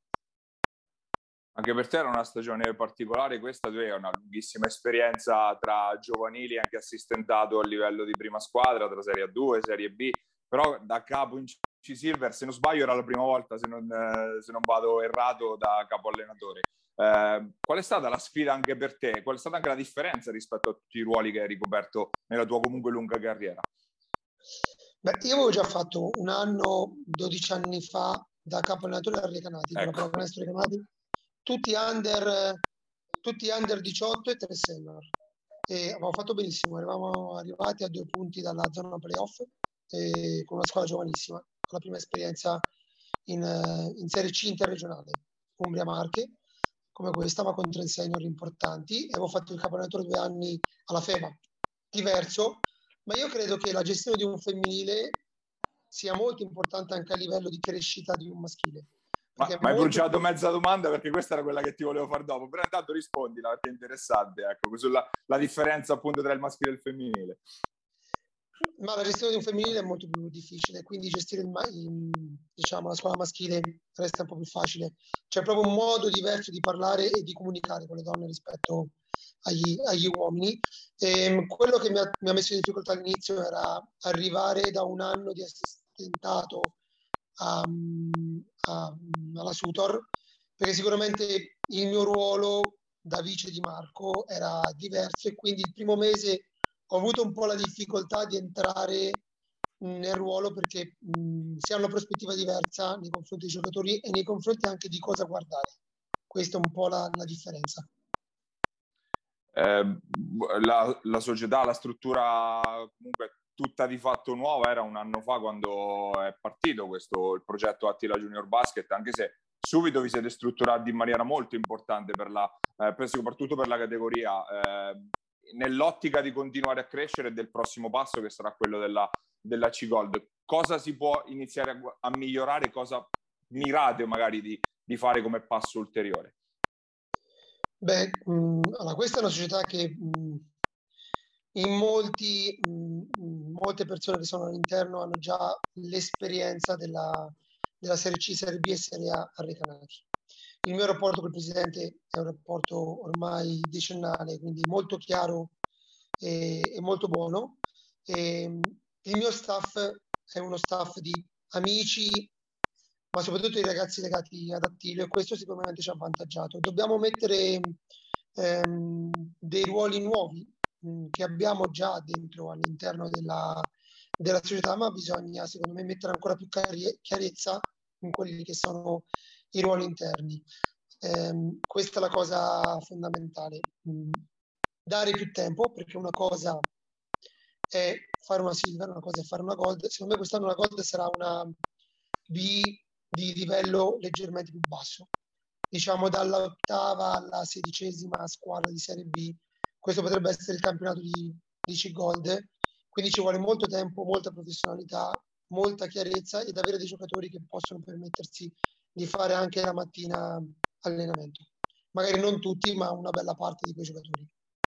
Anche per te era una stagione particolare questa, tu hai una lunghissima esperienza tra giovanili, anche assistentato a livello di prima squadra, tra Serie A due, Serie B, però da capo in C Silver, se non sbaglio, era la prima volta, se non, eh, se non vado errato, da capo allenatore. Eh, qual è stata la sfida anche per te? Qual è stata anche la differenza rispetto a tutti i ruoli che hai ricoperto nella tua comunque lunga carriera? Beh, io avevo già fatto un anno, dodici anni fa, da capo allenatore a Recanati, ecco. Con la pallacanestro Recanati, tutti under, tutti under diciotto e tre senior. E avevamo fatto benissimo, eravamo arrivati a due punti dalla zona playoff e con una squadra giovanissima, con la prima esperienza in, in Serie C interregionale, Umbria Marche, come questa, ma con tre senior importanti. E avevo fatto il capo allenatore due anni alla FEMA, diverso, ma io credo che la gestione di un femminile sia molto importante anche a livello di crescita di un maschile. Ma, ma hai bruciato mezza domanda, perché questa era quella che ti volevo fare dopo, però intanto rispondila perché è interessante, ecco, sulla la differenza appunto tra il maschile e il femminile. Ma la gestione di un femminile è molto più difficile, quindi gestire il, il, diciamo, la squadra maschile resta un po' più facile. C'è proprio un modo diverso di parlare e di comunicare con le donne rispetto agli, agli uomini. E quello che mi ha, mi ha messo in difficoltà all'inizio era arrivare da un anno di assistentato A, a, alla Sutor, perché sicuramente il mio ruolo da vice di Marco era diverso, e quindi il primo mese ho avuto un po' la difficoltà di entrare nel ruolo, perché mh, si ha una prospettiva diversa nei confronti dei giocatori e nei confronti anche di cosa guardare. Questa è un po' la, la differenza. Eh, la, la società, la struttura comunque tutta di fatto nuova era un anno fa, quando è partito questo il progetto Attila Junior Basket, anche se subito vi siete strutturati in maniera molto importante per la, eh, per, soprattutto per la categoria, eh, nell'ottica di continuare a crescere e del prossimo passo che sarà quello della, della C-Gold. Cosa si può iniziare a, a migliorare, cosa mirate magari di, di fare come passo ulteriore? Beh, mh, allora, questa è una società che mh, in molti, mh, molte persone che sono all'interno hanno già l'esperienza della, della Serie C, Serie B e Serie A a Recanati. Il mio rapporto con il presidente è un rapporto ormai decennale, quindi molto chiaro e, e molto buono. E, il mio staff è uno staff di amici, ma soprattutto i ragazzi legati ad Attilio, e questo sicuramente ci ha avvantaggiato. Dobbiamo mettere ehm, dei ruoli nuovi mh, che abbiamo già dentro all'interno della, della società, ma bisogna secondo me mettere ancora più chiarezza in quelli che sono i ruoli interni. Eh, questa è la cosa fondamentale. Mh, dare più tempo, perché una cosa è fare una silver, una cosa è fare una gold. Secondo me quest'anno la gold sarà una B di livello leggermente più basso, diciamo dall'ottava alla sedicesima squadra di Serie B. Questo potrebbe essere il campionato di, di C-Gold, quindi ci vuole molto tempo, molta professionalità, molta chiarezza, ed avere dei giocatori che possono permettersi di fare anche la mattina allenamento. Magari non tutti, ma una bella parte di quei giocatori.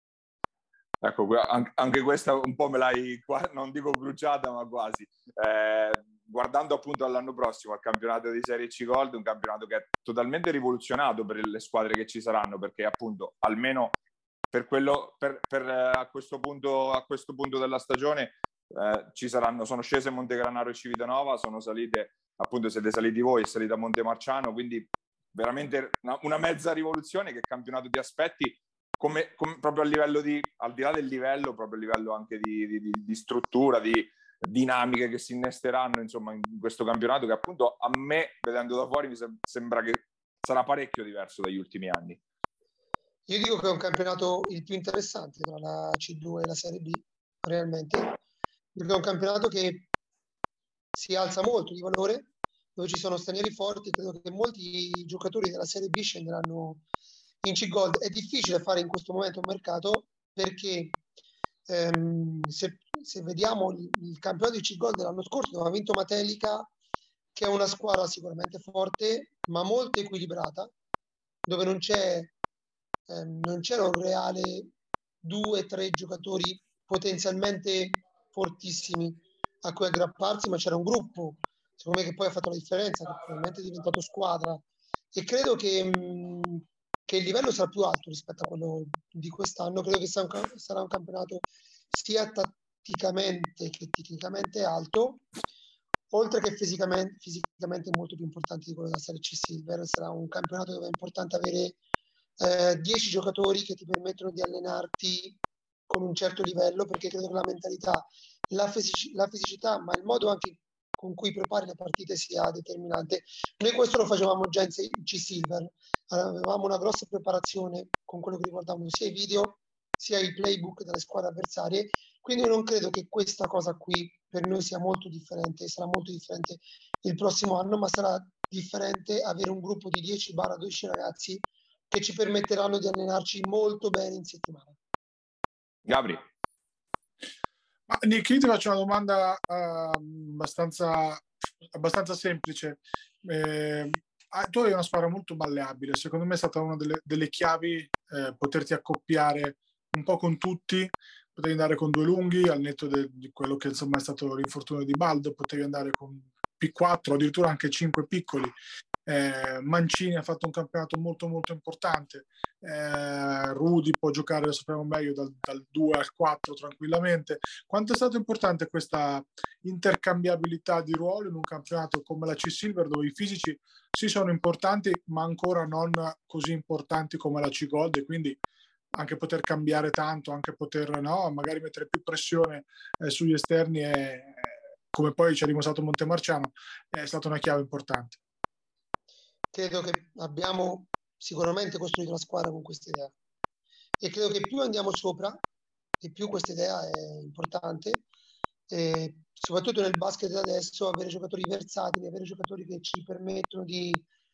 Ecco, anche questa un po' me l'hai, non dico bruciata, ma quasi. Eh, guardando appunto all'anno prossimo, al campionato di Serie C Gold, un campionato che è totalmente rivoluzionato per le squadre che ci saranno, perché appunto almeno per quello, per, per, a, questo punto, a questo punto della stagione eh, ci saranno, sono scese Montegranaro e Civitanova, sono salite, appunto siete saliti voi, è salita Montemarciano, quindi veramente una, una mezza rivoluzione, che campionato di aspetti. Come, come proprio a livello di, al di là del livello, proprio a livello anche di, di, di struttura, di dinamiche che si innesteranno insomma in questo campionato, che appunto a me, vedendo da fuori, mi sembra che sarà parecchio diverso dagli ultimi anni. Io dico che è un campionato il più interessante tra la C due e la Serie B, realmente, perché è un campionato che si alza molto di valore, dove ci sono stranieri forti. Credo che molti giocatori della Serie B scenderanno in C-Gold. È difficile fare in questo momento un mercato, perché ehm, se, se vediamo il, il campionato di C-Gold dell'anno scorso, dove ha vinto Matelica, che è una squadra sicuramente forte, ma molto equilibrata, dove non c'è eh, non c'era un reale due, tre giocatori potenzialmente fortissimi a cui aggrapparsi, ma c'era un gruppo, secondo me, che poi ha fatto la differenza, che probabilmente è diventato squadra. E credo che, mh, che il livello sarà più alto rispetto a quello di quest'anno. Credo che sarà un, sarà un campionato sia tatticamente che tecnicamente alto, oltre che fisicamente, fisicamente molto più importante di quello della Serie C Silver. Sarà un campionato dove è importante avere eh, dieci giocatori che ti permettono di allenarti con un certo livello, perché credo che la mentalità, la, fisic- la fisicità, ma il modo anche con cui prepari le partite sia determinante. Noi questo lo facevamo già in C-Silver, avevamo una grossa preparazione con quello che riguardavano sia i video sia i playbook delle squadre avversarie, quindi non credo che questa cosa qui per noi sia molto differente, sarà molto differente il prossimo anno, ma sarà differente avere un gruppo di dieci dodici ragazzi che ci permetteranno di allenarci molto bene in settimana. Gabri. Ma Nick, io ti faccio una domanda uh, abbastanza, abbastanza semplice. Eh, tu hai una squadra molto malleabile, secondo me è stata una delle, delle chiavi eh, poterti accoppiare un po' con tutti, potevi andare con due lunghi al netto de, di quello che insomma è stato l'infortunio di Baldo, potevi andare con P quattro, addirittura anche cinque piccoli. Eh, Mancini ha fatto un campionato molto molto importante, eh, Rudy può giocare, lo sappiamo meglio, dal, dal due al quattro tranquillamente. Quanto è stato importante questa intercambiabilità di ruoli in un campionato come la C-Silver, dove i fisici sì sono importanti ma ancora non così importanti come la C-Gold, e quindi anche poter cambiare tanto, anche poter no, magari mettere più pressione eh, sugli esterni, e, come poi ci ha dimostrato Montemarciano, è stata una chiave importante. Credo che abbiamo sicuramente costruito la squadra con questa idea e credo che più andiamo sopra e più questa idea è importante, e soprattutto nel basket adesso avere giocatori versatili, avere giocatori che ci permettono di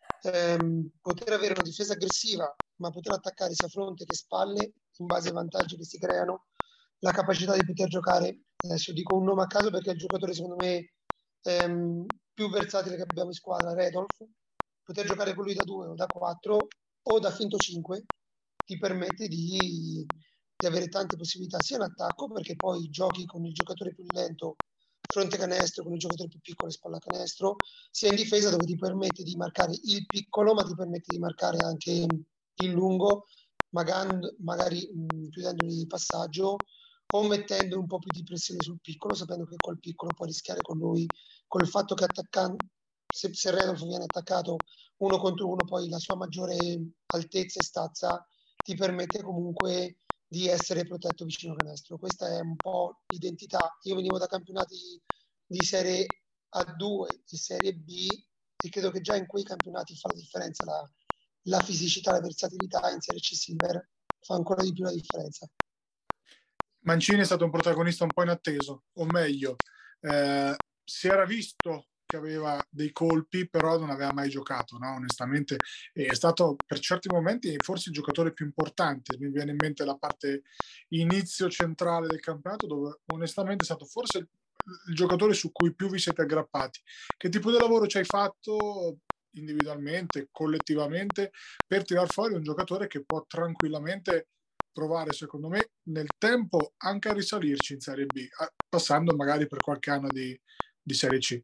ehm, poter avere una difesa aggressiva ma poter attaccare sia fronte che spalle in base ai vantaggi che si creano, la capacità di poter giocare, adesso dico un nome a caso perché è il giocatore secondo me ehm, più versatile che abbiamo in squadra, Redolf. Poter giocare con lui da due o da quattro o da finto cinque ti permette di, di avere tante possibilità sia in attacco, perché poi giochi con il giocatore più lento fronte canestro, con il giocatore più piccolo spalla canestro, sia in difesa dove ti permette di marcare il piccolo ma ti permette di marcare anche il lungo, magari, magari mh, chiudendogli il passaggio o mettendo un po' più di pressione sul piccolo, sapendo che col piccolo puoi rischiare con lui, con il fatto che attaccando, se, se Redolf viene attaccato uno contro uno, poi la sua maggiore altezza e stazza ti permette comunque di essere protetto vicino al canestro. Questa è un po' l'identità. Io venivo da campionati di serie A due e serie B e credo che già in quei campionati fa la differenza la, la fisicità, la versatilità. In serie C Silver fa ancora di più la differenza. Mancini è stato un protagonista un po' inatteso, o meglio, eh, si era visto che aveva dei colpi, però non aveva mai giocato, no? Onestamente è stato per certi momenti forse il giocatore più importante. Mi viene in mente la parte inizio centrale del campionato, dove onestamente è stato forse il, il giocatore su cui più vi siete aggrappati. Che tipo di lavoro ci hai fatto individualmente, collettivamente, per tirar fuori un giocatore che può tranquillamente provare, secondo me, nel tempo anche a risalirci in Serie B, passando magari per qualche anno di, di Serie C?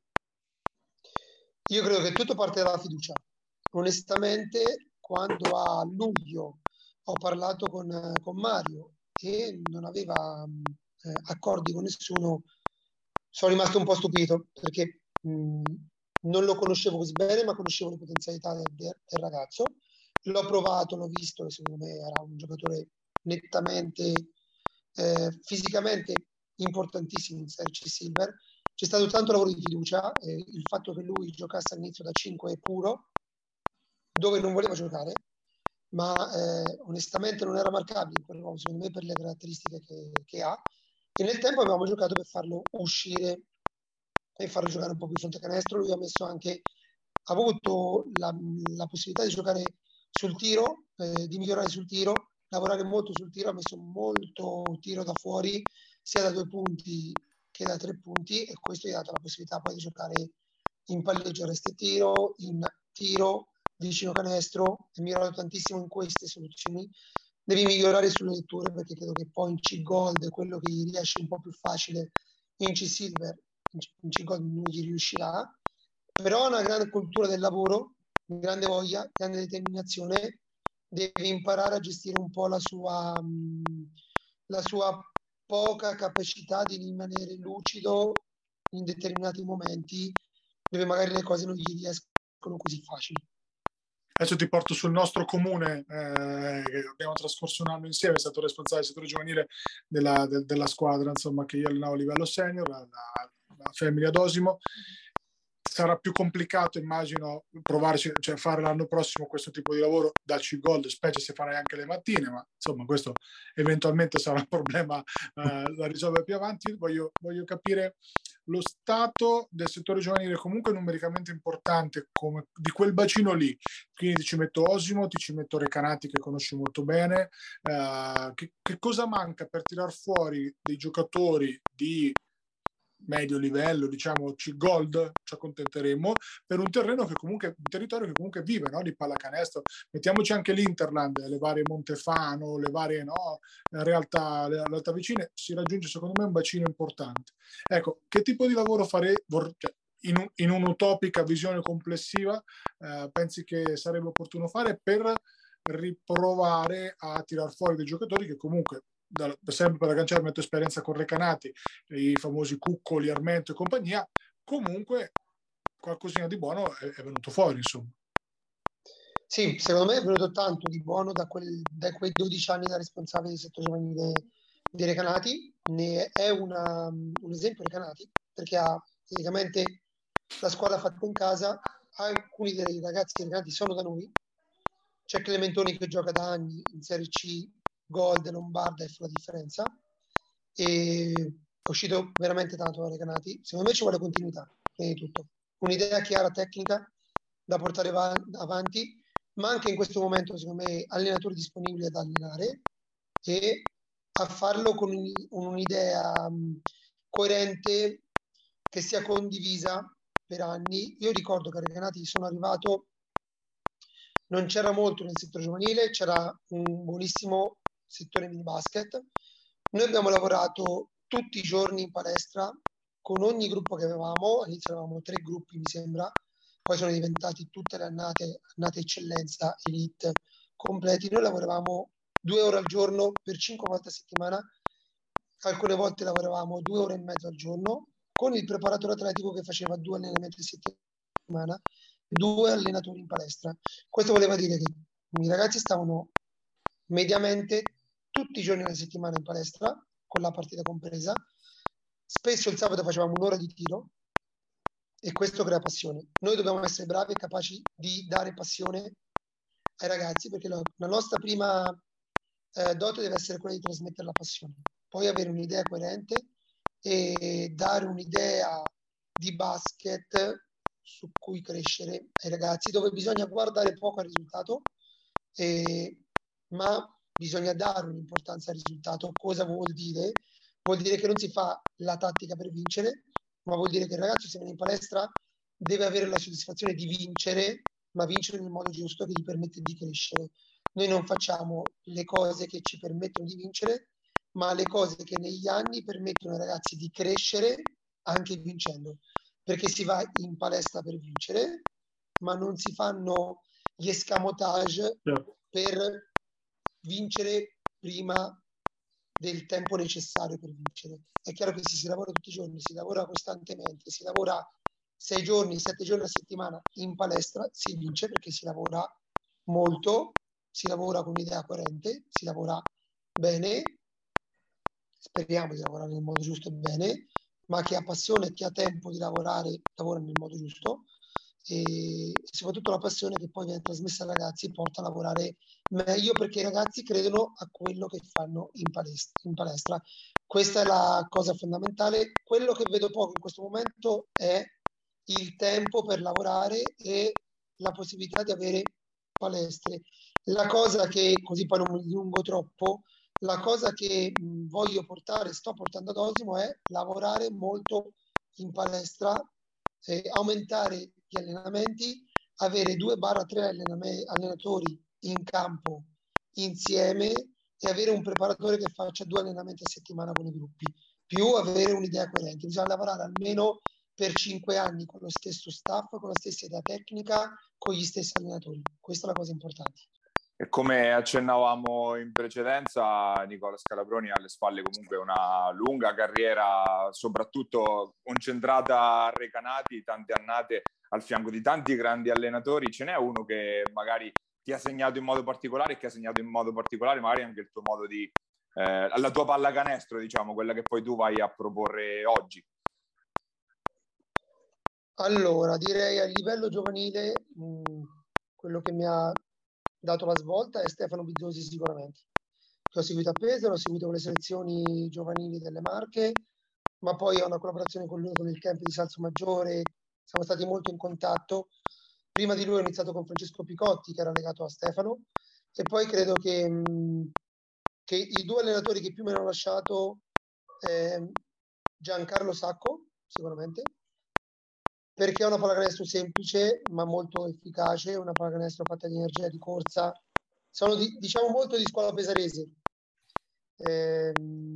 Io credo che tutto parte dalla fiducia. Onestamente, quando a luglio ho parlato con, con Mario e non aveva eh, accordi con nessuno, sono rimasto un po' stupito perché mh, non lo conoscevo così bene, ma conoscevo le potenzialità del, del ragazzo. L'ho provato, l'ho visto e secondo me era un giocatore nettamente eh, fisicamente importantissimo in Serie C Silver. C'è stato tanto lavoro di fiducia, eh, il fatto che lui giocasse all'inizio da cinque è puro, dove non voleva giocare, ma eh, onestamente non era marcabile secondo me per le caratteristiche che, che ha, e nel tempo abbiamo giocato per farlo uscire e farlo giocare un po' più fronte canestro. Lui ha messo anche, ha avuto la, la possibilità di giocare sul tiro, eh, di migliorare sul tiro, lavorare molto sul tiro, ha messo molto tiro da fuori, sia da due punti che da tre punti, e questo gli ha dato la possibilità poi di giocare in palleggio reste tiro, in tiro, vicino canestro, e migliorato tantissimo in queste soluzioni. Devi migliorare sulle letture, perché credo che poi in C-Gold quello che gli riesce un po' più facile in C-Silver, in C-Gold non gli riuscirà, però ha una grande cultura del lavoro, grande voglia, grande determinazione, deve imparare a gestire un po' la sua, la sua poca capacità di rimanere lucido in determinati momenti, dove magari le cose non gli riescono così facili. Adesso ti porto sul nostro comune, eh, che abbiamo trascorso un anno insieme, è stato responsabile del settore giovanile della, de, della squadra, insomma, che io allenavo a livello senior, la, la, la Family ad Osimo. Sarà più complicato, immagino, provarci, cioè fare l'anno prossimo questo tipo di lavoro da C-Gold, specie se farai anche le mattine, ma insomma questo eventualmente sarà un problema eh, da risolvere più avanti. Voglio, voglio capire lo stato del settore giovanile comunque numericamente importante come di quel bacino lì, quindi ti ci metto Osimo, ti ci metto Recanati che conosci molto bene, eh, che, che cosa manca per tirar fuori dei giocatori di medio livello, diciamo C-Gold, ci accontenteremo, per un terreno che comunque, un territorio che comunque vive, no? Di pallacanestro. Mettiamoci anche l'Interland, le varie Montefano, le varie no, realtà, le realtà vicine, si raggiunge secondo me un bacino importante. Ecco, che tipo di lavoro fare, vor, cioè, in, un, in un'utopica visione complessiva, eh, pensi che sarebbe opportuno fare per riprovare a tirar fuori dei giocatori che comunque, da, sempre per agganciare la mia esperienza con Recanati, i famosi Cuccoli, Armento e compagnia, comunque qualcosina di buono è, è venuto fuori, insomma. Sì, secondo me è venuto tanto di buono da, quel, da quei dodici anni da responsabile del settore giovanile di Recanati. Ne è una, un esempio Recanati, perché ha praticamente la squadra fatta in casa. Alcuni dei ragazzi di Recanati sono da noi. C'è Clementoni che gioca da anni in Serie C, Gold, Lombarda, e fa la differenza. E è uscito veramente tanto da Recanati. Secondo me ci vuole continuità, prima di tutto. Un'idea chiara, tecnica, da portare avanti, ma anche in questo momento, secondo me, allenatori disponibili ad allenare e a farlo con un'idea coerente che sia condivisa per anni. Io ricordo che a Recanati sono arrivato, non c'era molto nel settore giovanile, c'era un buonissimo settore mini basket. Noi abbiamo lavorato tutti i giorni in palestra con ogni gruppo che avevamo. All'inizio avevamo tre gruppi, mi sembra, poi sono diventati tutte le annate, annate eccellenza, elite, completi. Noi lavoravamo due ore al giorno per cinque volte a settimana, alcune volte lavoravamo due ore e mezzo al giorno, con il preparatore atletico che faceva due allenamenti a settimana, due allenatori in palestra. Questo voleva dire che i ragazzi stavano mediamente tutti i giorni della settimana in palestra, con la partita compresa. Spesso il sabato facevamo un'ora di tiro, e questo crea passione. Noi dobbiamo essere bravi e capaci di dare passione ai ragazzi, perché la, la nostra prima eh, dote deve essere quella di trasmettere la passione, poi avere un'idea coerente e dare un'idea di basket su cui crescere ai ragazzi, dove bisogna guardare poco al risultato, eh, ma bisogna dare un'importanza al risultato. Cosa vuol dire? Vuol dire che non si fa la tattica per vincere, ma vuol dire che il ragazzo, se viene in palestra, deve avere la soddisfazione di vincere, ma vincere nel modo giusto che gli permette di crescere. Noi non facciamo le cose che ci permettono di vincere, ma le cose che negli anni permettono ai ragazzi di crescere anche vincendo, perché si va in palestra per vincere, ma non si fanno gli escamotage per vincere prima del tempo necessario per vincere. È chiaro che se si lavora tutti i giorni, si lavora costantemente, si lavora sei giorni, sette giorni a settimana in palestra, si vince, perché si lavora molto, si lavora con un'idea coerente, si lavora bene, speriamo di lavorare nel modo giusto e bene, ma chi ha passione e chi ha tempo di lavorare, lavora nel modo giusto, e soprattutto la passione che poi viene trasmessa ai ragazzi porta a lavorare meglio, perché i ragazzi credono a quello che fanno in palestra, in palestra. Questa è la cosa fondamentale. Quello che vedo poco in questo momento è il tempo per lavorare e la possibilità di avere palestre. La cosa che, così poi non mi dilungo troppo, la cosa che mh, voglio portare, sto portando ad Osimo, è lavorare molto in palestra, eh, aumentare gli allenamenti, avere due barra tre allenatori in campo insieme e avere un preparatore che faccia due allenamenti a settimana con i gruppi, più avere un'idea coerente. Bisogna lavorare almeno per cinque anni con lo stesso staff, con la stessa idea tecnica, con gli stessi allenatori. Questa è la cosa importante. E come accennavamo in precedenza, Nicola Scalabroni ha alle spalle comunque una lunga carriera, soprattutto concentrata a Recanati, tante annate al fianco di tanti grandi allenatori. Ce n'è uno che magari ti ha segnato in modo particolare e che ha segnato in modo particolare magari anche il tuo modo di... Eh, la tua pallacanestro, diciamo, quella che poi tu vai a proporre oggi? Allora, direi a livello giovanile mh, quello che mi ha dato la svolta è Stefano Bizzosi sicuramente, che ho seguito a Pesaro, ho seguito con le selezioni giovanili delle Marche, ma poi ho una collaborazione con lui con il camp di Salsomaggiore, siamo stati molto in contatto. Prima di lui ho iniziato con Francesco Picotti, che era legato a Stefano, e poi credo che, mh, che i due allenatori che più mi hanno lasciato eh, Giancarlo Sacco, sicuramente, perché è una pallacanestro semplice ma molto efficace, una pallacanestro fatta di energia, di corsa. Sono di, diciamo molto di scuola pesarese. Eh,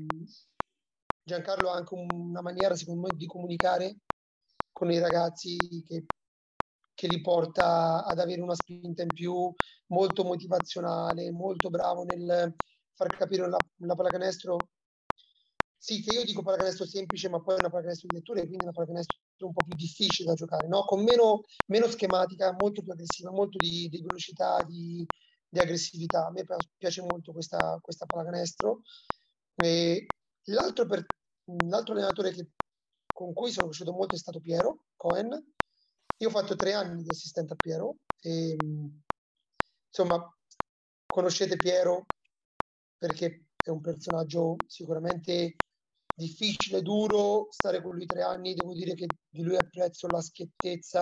Giancarlo ha anche una maniera secondo me di comunicare con i ragazzi che, che li porta ad avere una spinta in più, molto motivazionale, molto bravo nel far capire la, la pallacanestro. Sì, che io dico pallacanestro semplice, ma poi è una pallacanestro di lettura e quindi una pallacanestro un po' più difficile da giocare, no? Con meno, meno schematica, molto più aggressiva, molto di, di velocità, di, di aggressività. A me piace molto questa, questa pallacanestro. E l'altro, per, l'altro allenatore che, con cui sono cresciuto molto è stato Piero Cohen. Io ho fatto tre anni di assistente a Piero e insomma conoscete Piero perché è un personaggio sicuramente difficile, duro. Stare con lui tre anni, devo dire che di lui apprezzo la schiettezza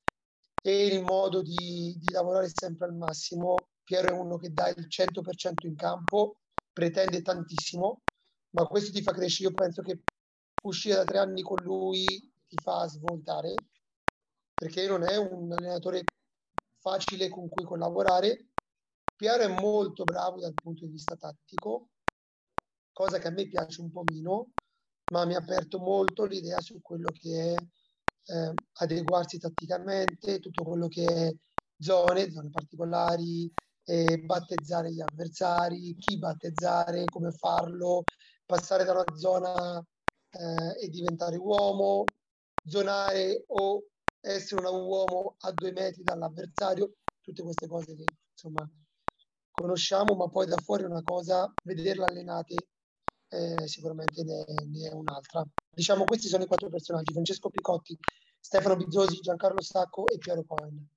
e il modo di, di lavorare sempre al massimo. Piero è uno che dà il cento per cento in campo, pretende tantissimo, ma questo ti fa crescere. Io penso che uscire da tre anni con lui ti fa svoltare, perché non è un allenatore facile con cui collaborare. Piero è molto bravo dal punto di vista tattico, cosa che a me piace un po' meno, ma mi ha aperto molto l'idea su quello che è eh, adeguarsi tatticamente, tutto quello che è zone, zone particolari, eh, battezzare gli avversari, chi battezzare, come farlo, passare da una zona eh, e diventare uomo, zonare o essere un uomo a due metri dall'avversario, tutte queste cose che insomma conosciamo, ma poi da fuori una cosa, vederla allenate eh, sicuramente ne, ne è un'altra. Diciamo questi sono i quattro personaggi: Francesco Picotti, Stefano Bizzosi, Giancarlo Sacco e Piero Cohen.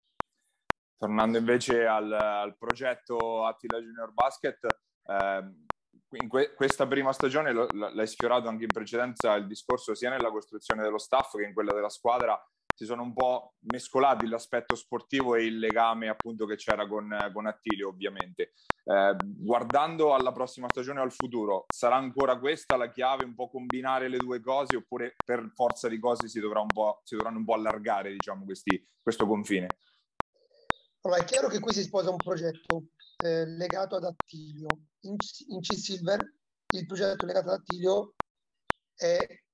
Tornando invece al, al progetto Attila Junior Basket, eh, in que- questa prima stagione lo, l'hai sfiorato anche in precedenza il discorso, sia nella costruzione dello staff che in quella della squadra. Si sono un po' mescolati l'aspetto sportivo e il legame appunto che c'era con, con Attilio, ovviamente. Eh, guardando alla prossima stagione o al futuro, sarà ancora questa la chiave, un po' combinare le due cose, oppure per forza di cose si, dovrà un po', si dovranno un po' allargare, diciamo, questi, questo confine? Allora, è chiaro che qui si sposa un progetto eh, legato ad Attilio. In, in C-Silver il progetto legato ad Attilio è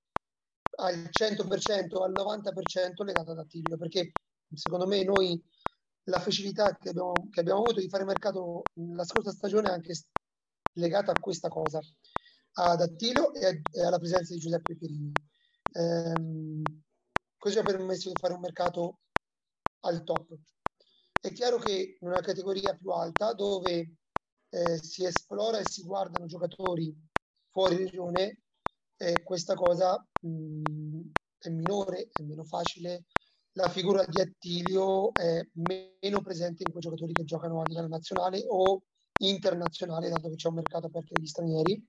al cento per cento, al novanta per cento legato ad Attilio, perché secondo me noi la facilità che abbiamo, che abbiamo avuto di fare mercato la scorsa stagione è anche legata a questa cosa, ad Attilio e, a, e alla presenza di Giuseppe Pierini. Ehm, così ha permesso di fare un mercato al top. È chiaro che in una categoria più alta, dove eh, si esplora e si guardano giocatori fuori regione, eh, questa cosa mh, è minore, è meno facile. La figura di Attilio è meno presente in quei giocatori che giocano a livello nazionale o internazionale, dato che c'è un mercato aperto agli stranieri.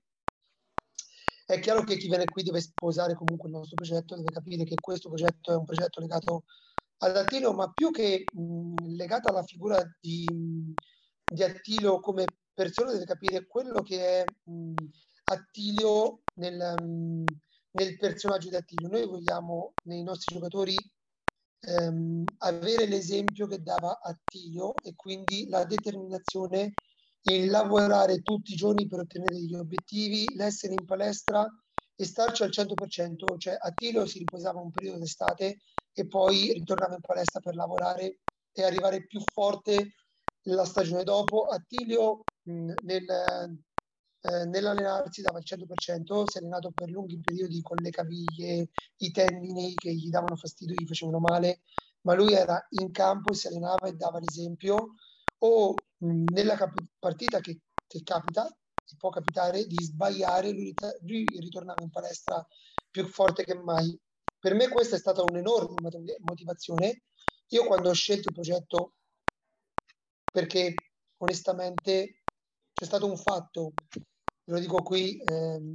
È chiaro che chi viene qui deve sposare comunque il nostro progetto, deve capire che questo progetto è un progetto legato ad Attilio, ma più che mh, legato alla figura di, di Attilio come persona, deve capire quello che è mh, Attilio nel, mh, nel personaggio di Attilio. Noi vogliamo nei nostri giocatori ehm, avere l'esempio che dava Attilio e quindi la determinazione il lavorare tutti i giorni per ottenere degli obiettivi, l'essere in palestra e starci al cento per cento, cioè Attilio si riposava un periodo d'estate e poi ritornava in palestra per lavorare e arrivare più forte la stagione dopo. Attilio mh, nel, eh, nell'allenarsi dava il cento per cento, si è allenato per lunghi periodi con le caviglie, i tendini che gli davano fastidio, gli facevano male, ma lui era in campo e si allenava e dava l'esempio. O mh, nella cap- partita che, che capita, che può capitare, di sbagliare, lui, lui ritornava in palestra più forte che mai. Per me questa è stata un'enorme motivazione. Io quando ho scelto il progetto, perché onestamente c'è stato un fatto, ve lo dico qui, ehm,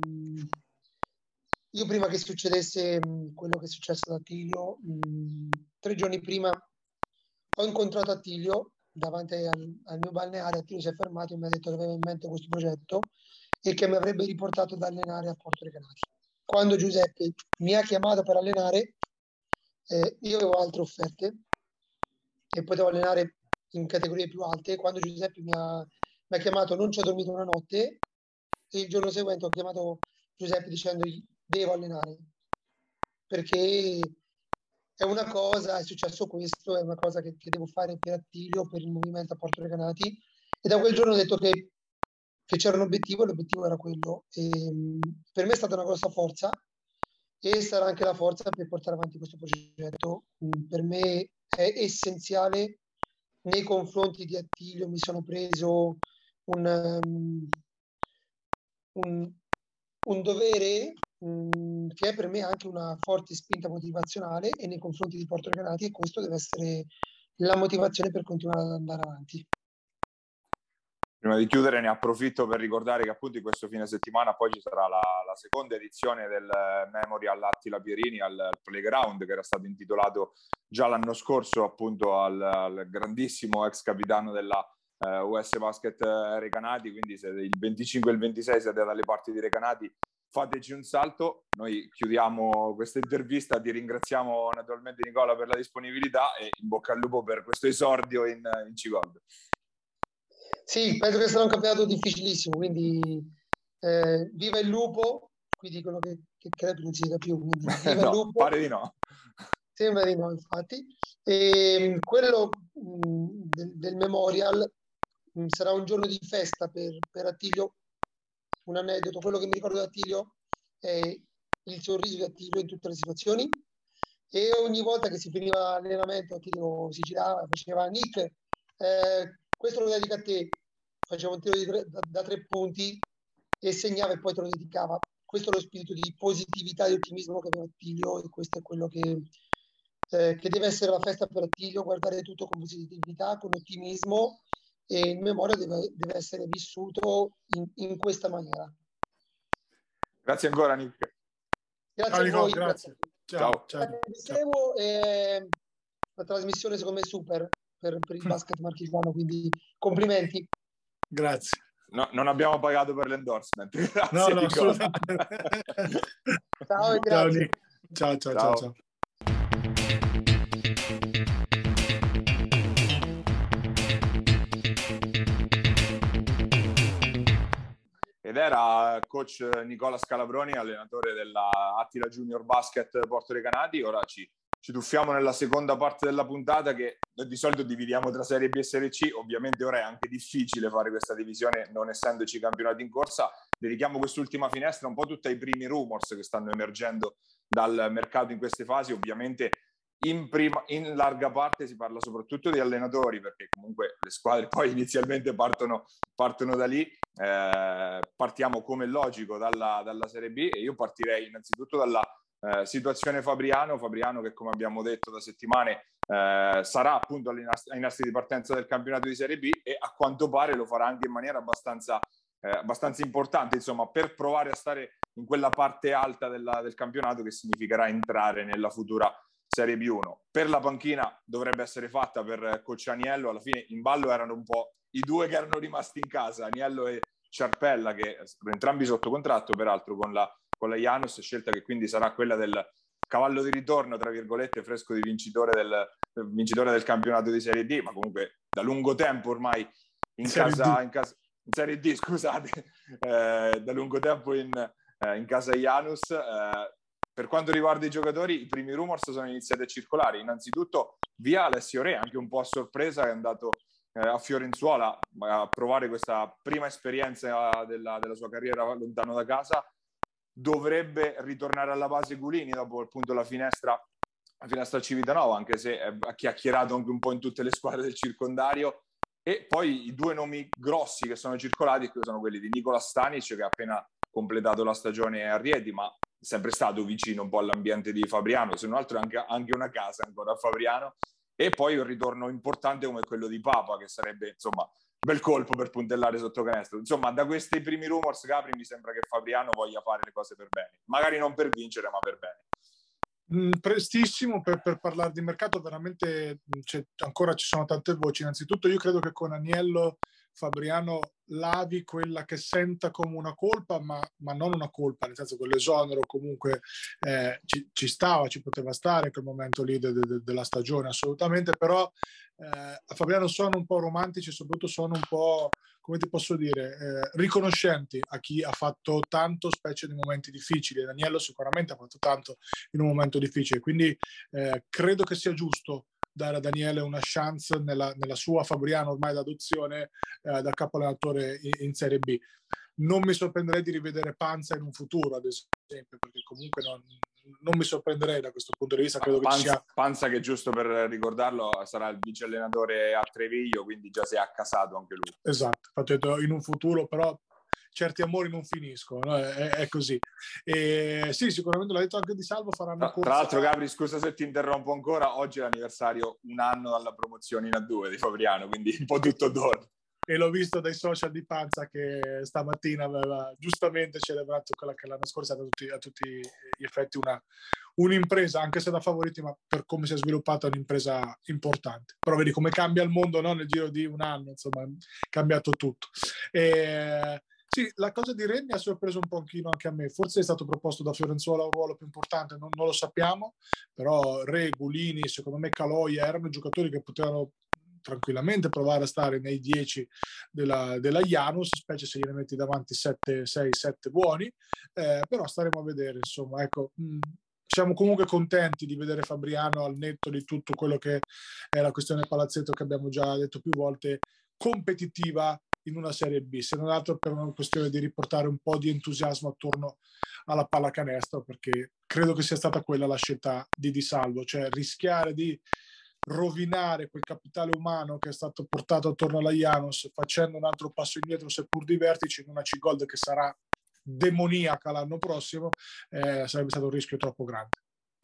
io prima che succedesse mh, quello che è successo ad Attilio, mh, tre giorni prima ho incontrato Attilio davanti al, al mio balneare. Attilio si è fermato e mi ha detto che aveva in mente questo progetto e che mi avrebbe riportato ad allenare a Porto Recanati. Quando Giuseppe mi ha chiamato per allenare, eh, io avevo altre offerte e potevo allenare in categorie più alte. Quando Giuseppe mi ha, mi ha chiamato non ci ho dormito una notte e il giorno seguente ho chiamato Giuseppe dicendogli devo allenare perché è una cosa, è successo questo, è una cosa che, che devo fare per Attilio, per il movimento a Porto Recanati, e da quel giorno ho detto che, che c'era un obiettivo e l'obiettivo era quello. E, mh, per me è stata una grossa forza e sarà anche la forza per portare avanti questo progetto. Mh, per me è essenziale nei confronti di Attilio. Mi sono preso un, um, un, un dovere mh, che è per me anche una forte spinta motivazionale e nei confronti di Porto Recanati, e questo deve essere la motivazione per continuare ad andare avanti. Prima di chiudere ne approfitto per ricordare che appunto in questo fine settimana poi ci sarà la, la seconda edizione del Memorial Attila Pierini al, al Playground, che era stato intitolato già l'anno scorso appunto al, al grandissimo ex capitano della eh, U S Basket Recanati. Quindi se il venticinque e il ventisei siete dalle parti di Recanati, fateci un salto. Noi chiudiamo questa intervista, ti ringraziamo naturalmente Nicola per la disponibilità e in bocca al lupo per questo esordio in, in C-Gold. Sì, penso che sarà un campionato difficilissimo, quindi eh, viva il lupo. Qui dicono che, che credo non si dica più, quindi viva no, il lupo. pare di no. Sembra di no, infatti. E quello mh, del, del Memorial mh, sarà un giorno di festa per, per Attilio. Un aneddoto, quello che mi ricordo di Attilio è il sorriso di Attilio in tutte le situazioni, e ogni volta che si finiva l'allenamento Attilio si girava e faceva Nick, eh, questo lo dedico a te, faceva un tiro di tre, da, da tre punti e segnava e poi te lo dedicava. Questo è lo spirito di positività e di ottimismo che aveva Attilio, e questo è quello che, eh, che deve essere la festa per Attilio: guardare tutto con positività, con ottimismo, e il memoria deve, deve essere vissuto in, in questa maniera. Grazie ancora Nick. Grazie ciao, a Nico, voi. grazie. Ciao. Ciao. ciao. È una trasmissione secondo me super per, per il basket marchigiano, quindi complimenti. Grazie. No, non abbiamo pagato per l'endorsement. Grazie, no, no, Nicola. Ciao e grazie. Ciao, Nick. Ciao, ciao, ciao, ciao. Ed era coach Nicola Scalabroni, allenatore della Attila Junior Basket Porto Recanati. Ora ci, ci tuffiamo nella seconda parte della puntata, che noi di solito dividiamo tra Serie B e Serie C. Ovviamente ora è anche difficile fare questa divisione non essendoci campionati in corsa. Dedichiamo quest'ultima finestra un po' tutti ai primi rumors che stanno emergendo dal mercato in queste fasi. Ovviamente in, prima, in larga parte si parla soprattutto di allenatori, perché comunque le squadre poi inizialmente partono, partono da lì. Eh, partiamo come logico dalla, dalla Serie B, e io partirei innanzitutto dalla eh, situazione Fabriano. Fabriano che, come abbiamo detto da settimane, eh, sarà appunto ai nastri, ai nastri di partenza del campionato di Serie B, e a quanto pare lo farà anche in maniera abbastanza, eh, abbastanza importante, insomma, per provare a stare in quella parte alta della, del campionato, che significherà entrare nella futura Serie B uno. Per la panchina dovrebbe essere fatta per coach Aniello. Alla fine in ballo erano un po' i due che erano rimasti in casa, Aniello e Ciarpella, che entrambi sotto contratto peraltro con la, con la Janus, scelta che quindi sarà quella del cavallo di ritorno, tra virgolette, fresco di vincitore del, vincitore del campionato di Serie D, ma comunque da lungo tempo ormai in, casa, in, casa, in Serie D, scusate, eh, da lungo tempo in, eh, in casa Janus. Eh, per quanto riguarda i giocatori, i primi rumors sono iniziati a circolare. Innanzitutto via Alessio Re, anche un po' a sorpresa, è andato eh, a Fiorenzuola a provare questa prima esperienza della, della sua carriera lontano da casa. Dovrebbe ritornare alla base Gulini dopo appunto la finestra, la finestra a Civitanova, anche se ha chiacchierato anche un po' in tutte le squadre del circondario. E poi i due nomi grossi che sono circolati sono quelli di Nicola Stanic, che ha appena completato la stagione a Rieti, ma è sempre stato vicino un po' all'ambiente di Fabriano, se non altro anche, anche una casa ancora a Fabriano. E poi un ritorno importante come quello di Papa, che sarebbe insomma bel colpo per puntellare sotto canestro. Insomma, da questi primi rumors, Capri, mi sembra che Fabriano voglia fare le cose per bene, magari non per vincere, ma per bene. Prestissimo per, per parlare di mercato, veramente c'è, ancora ci sono tante voci. Innanzitutto io credo che con Aniello Fabriano lavi quella che senta come una colpa, ma, ma non una colpa, nel senso che l'esonero comunque eh, ci, ci stava, ci poteva stare in quel momento lì de, de, della stagione, assolutamente, però eh, a Fabriano sono un po' romantici e soprattutto sono un po', come ti posso dire, eh, riconoscenti a chi ha fatto tanto, specie nei momenti difficili. Daniello sicuramente ha fatto tanto in un momento difficile, quindi eh, credo che sia giusto dare a Daniele una chance nella, nella sua Fabriano ormai d'adozione eh, da capo allenatore in, in Serie B. Non mi sorprenderei di rivedere Panza in un futuro, ad esempio, perché comunque non, non mi sorprenderei da questo punto di vista. Credo Panza, che sia... Panza, che giusto per ricordarlo sarà il vice allenatore a Treviglio, quindi già si è accasato anche lui. Esatto, in un futuro, però certi amori non finiscono, no? è, è così. E sì, sicuramente l'ha detto anche Di Salvo, faranno tra, tra l'altro, Gabri, scusa se ti interrompo ancora, oggi è l'anniversario un anno dalla promozione in A due di Fabriano, quindi un po' tutto d'oro. E l'ho visto dai social di Panza che stamattina aveva giustamente celebrato quella che l'anno scorso è a tutti, a tutti gli effetti una, un'impresa, anche se da favoriti, ma per come si è sviluppata un'impresa importante. Però vedi come cambia il mondo, no? Nel giro di un anno, insomma, è cambiato tutto. E... Sì, la cosa di Re mi ha sorpreso un pochino anche a me. Forse è stato proposto da Fiorenzuola un ruolo più importante, non, non lo sappiamo, però Re, Gulini, secondo me Caloia erano giocatori che potevano tranquillamente provare a stare nei dieci della, della Janus, specie se gliene metti davanti sette, sei, sette buoni, eh, però staremo a vedere, insomma, ecco, mh, siamo comunque contenti di vedere Fabriano al netto di tutto quello che è la questione palazzetto che abbiamo già detto più volte, competitiva in una Serie B, se non altro per una questione di riportare un po' di entusiasmo attorno alla pallacanestro, perché credo che sia stata quella la scelta di Di Salvo, cioè rischiare di rovinare quel capitale umano che è stato portato attorno alla Janus facendo un altro passo indietro seppur di vertice in una C-Gold che sarà demoniaca l'anno prossimo, eh, sarebbe stato un rischio troppo grande.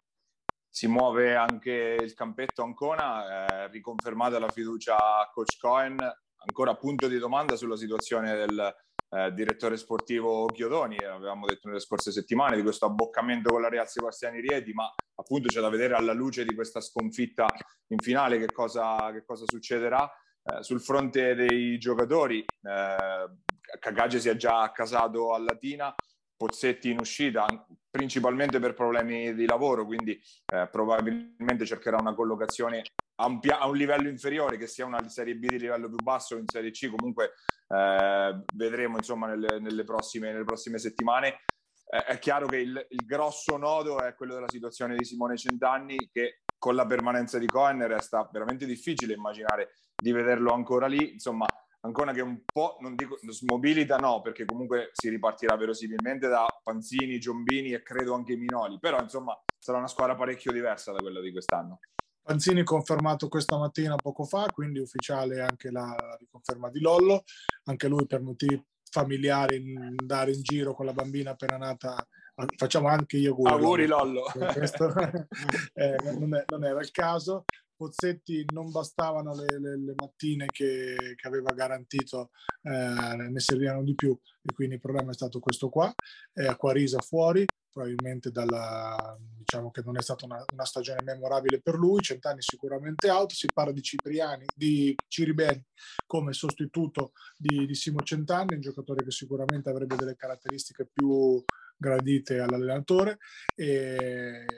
Si muove anche il campetto Ancona, eh, riconfermata la fiducia a Coach Cohen, ancora punto di domanda sulla situazione del eh, direttore sportivo Chiodoni. Avevamo detto nelle scorse settimane di questo abboccamento con la Real Sebastiani Rieti, ma appunto c'è da vedere alla luce di questa sconfitta in finale che cosa, che cosa succederà. Eh, sul fronte dei giocatori, eh, Cagage si è già accasato a Latina, Pozzetti in uscita principalmente per problemi di lavoro, quindi eh, probabilmente cercherà una collocazione a un, a un livello inferiore, che sia una Serie B di livello più basso o in Serie C. Comunque eh, vedremo insomma nelle, nelle, prossime, nelle prossime settimane. Eh, è chiaro che il, il grosso nodo è quello della situazione di Simone Centanni, che con la permanenza di Cohen resta veramente difficile immaginare di vederlo ancora lì. Insomma, Ancona che un po', non dico smobilita, no, perché comunque si ripartirà verosimilmente da Panzini, Giombini e credo anche Minoli, però insomma sarà una squadra parecchio diversa da quella di quest'anno. Panzini confermato questa mattina poco fa, quindi ufficiale anche la riconferma di Lollo, anche lui per motivi familiari andare in giro con la bambina appena nata, facciamo anche io auguri, auguri Lollo, Lollo. Questo eh, non, è, non era il caso. Pozzetti non bastavano le, le, le mattine che, che aveva garantito, eh, ne servivano di più, e quindi il problema è stato questo qua. eh, Acquarisa fuori, probabilmente dalla, diciamo che non è stata una, una stagione memorabile per lui. Centanni sicuramente out, si parla di Cipriani, di Ciribelli come sostituto di, di Simo Centanni, un giocatore che sicuramente avrebbe delle caratteristiche più gradite all'allenatore. E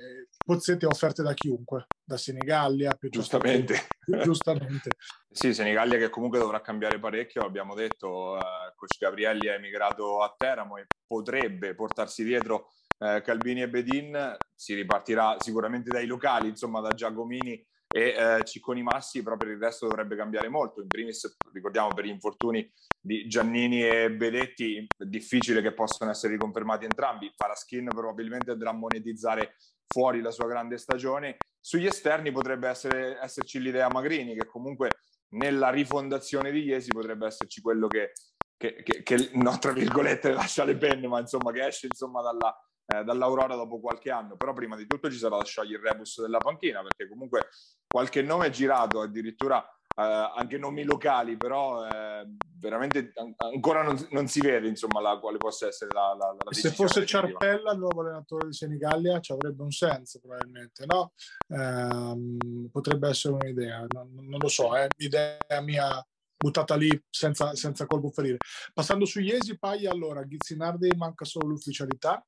Pozzetti ha offerte da chiunque, da Senigallia, giustamente. Che, giustamente. Sì, Senigallia che comunque dovrà cambiare parecchio, abbiamo detto, eh, coach Gabrielli è emigrato a Teramo e potrebbe portarsi dietro eh, Calvini e Bedin, si ripartirà sicuramente dai locali, insomma da Giacomini e eh, Cicconi Massi, però per il resto dovrebbe cambiare molto. In primis, ricordiamo, per gli infortuni di Giannini e Bedetti, difficile che possano essere riconfermati entrambi. Paraschin probabilmente andrà a monetizzare fuori la sua grande stagione. Sugli esterni potrebbe essere, esserci l'idea Magrini, che comunque nella rifondazione di Iesi potrebbe esserci quello che, che, che, che no, tra virgolette, lascia le penne, ma insomma che esce insomma dalla, eh, dall'Aurora dopo qualche anno. Però prima di tutto ci sarà da sciogliere il rebus della panchina, perché comunque qualche nome è girato, addirittura eh, anche nomi locali, però eh, veramente an- ancora non, non si vede insomma la, quale possa essere la, la, la se fosse Ciarpella il nuovo allenatore di Senigallia ci avrebbe un senso probabilmente, no? Ehm, potrebbe essere un'idea, non, non lo so, è idea mia buttata lì senza, senza colpo ferire. Passando su Iesi, Paglia, allora Ghizzinardi manca solo l'ufficialità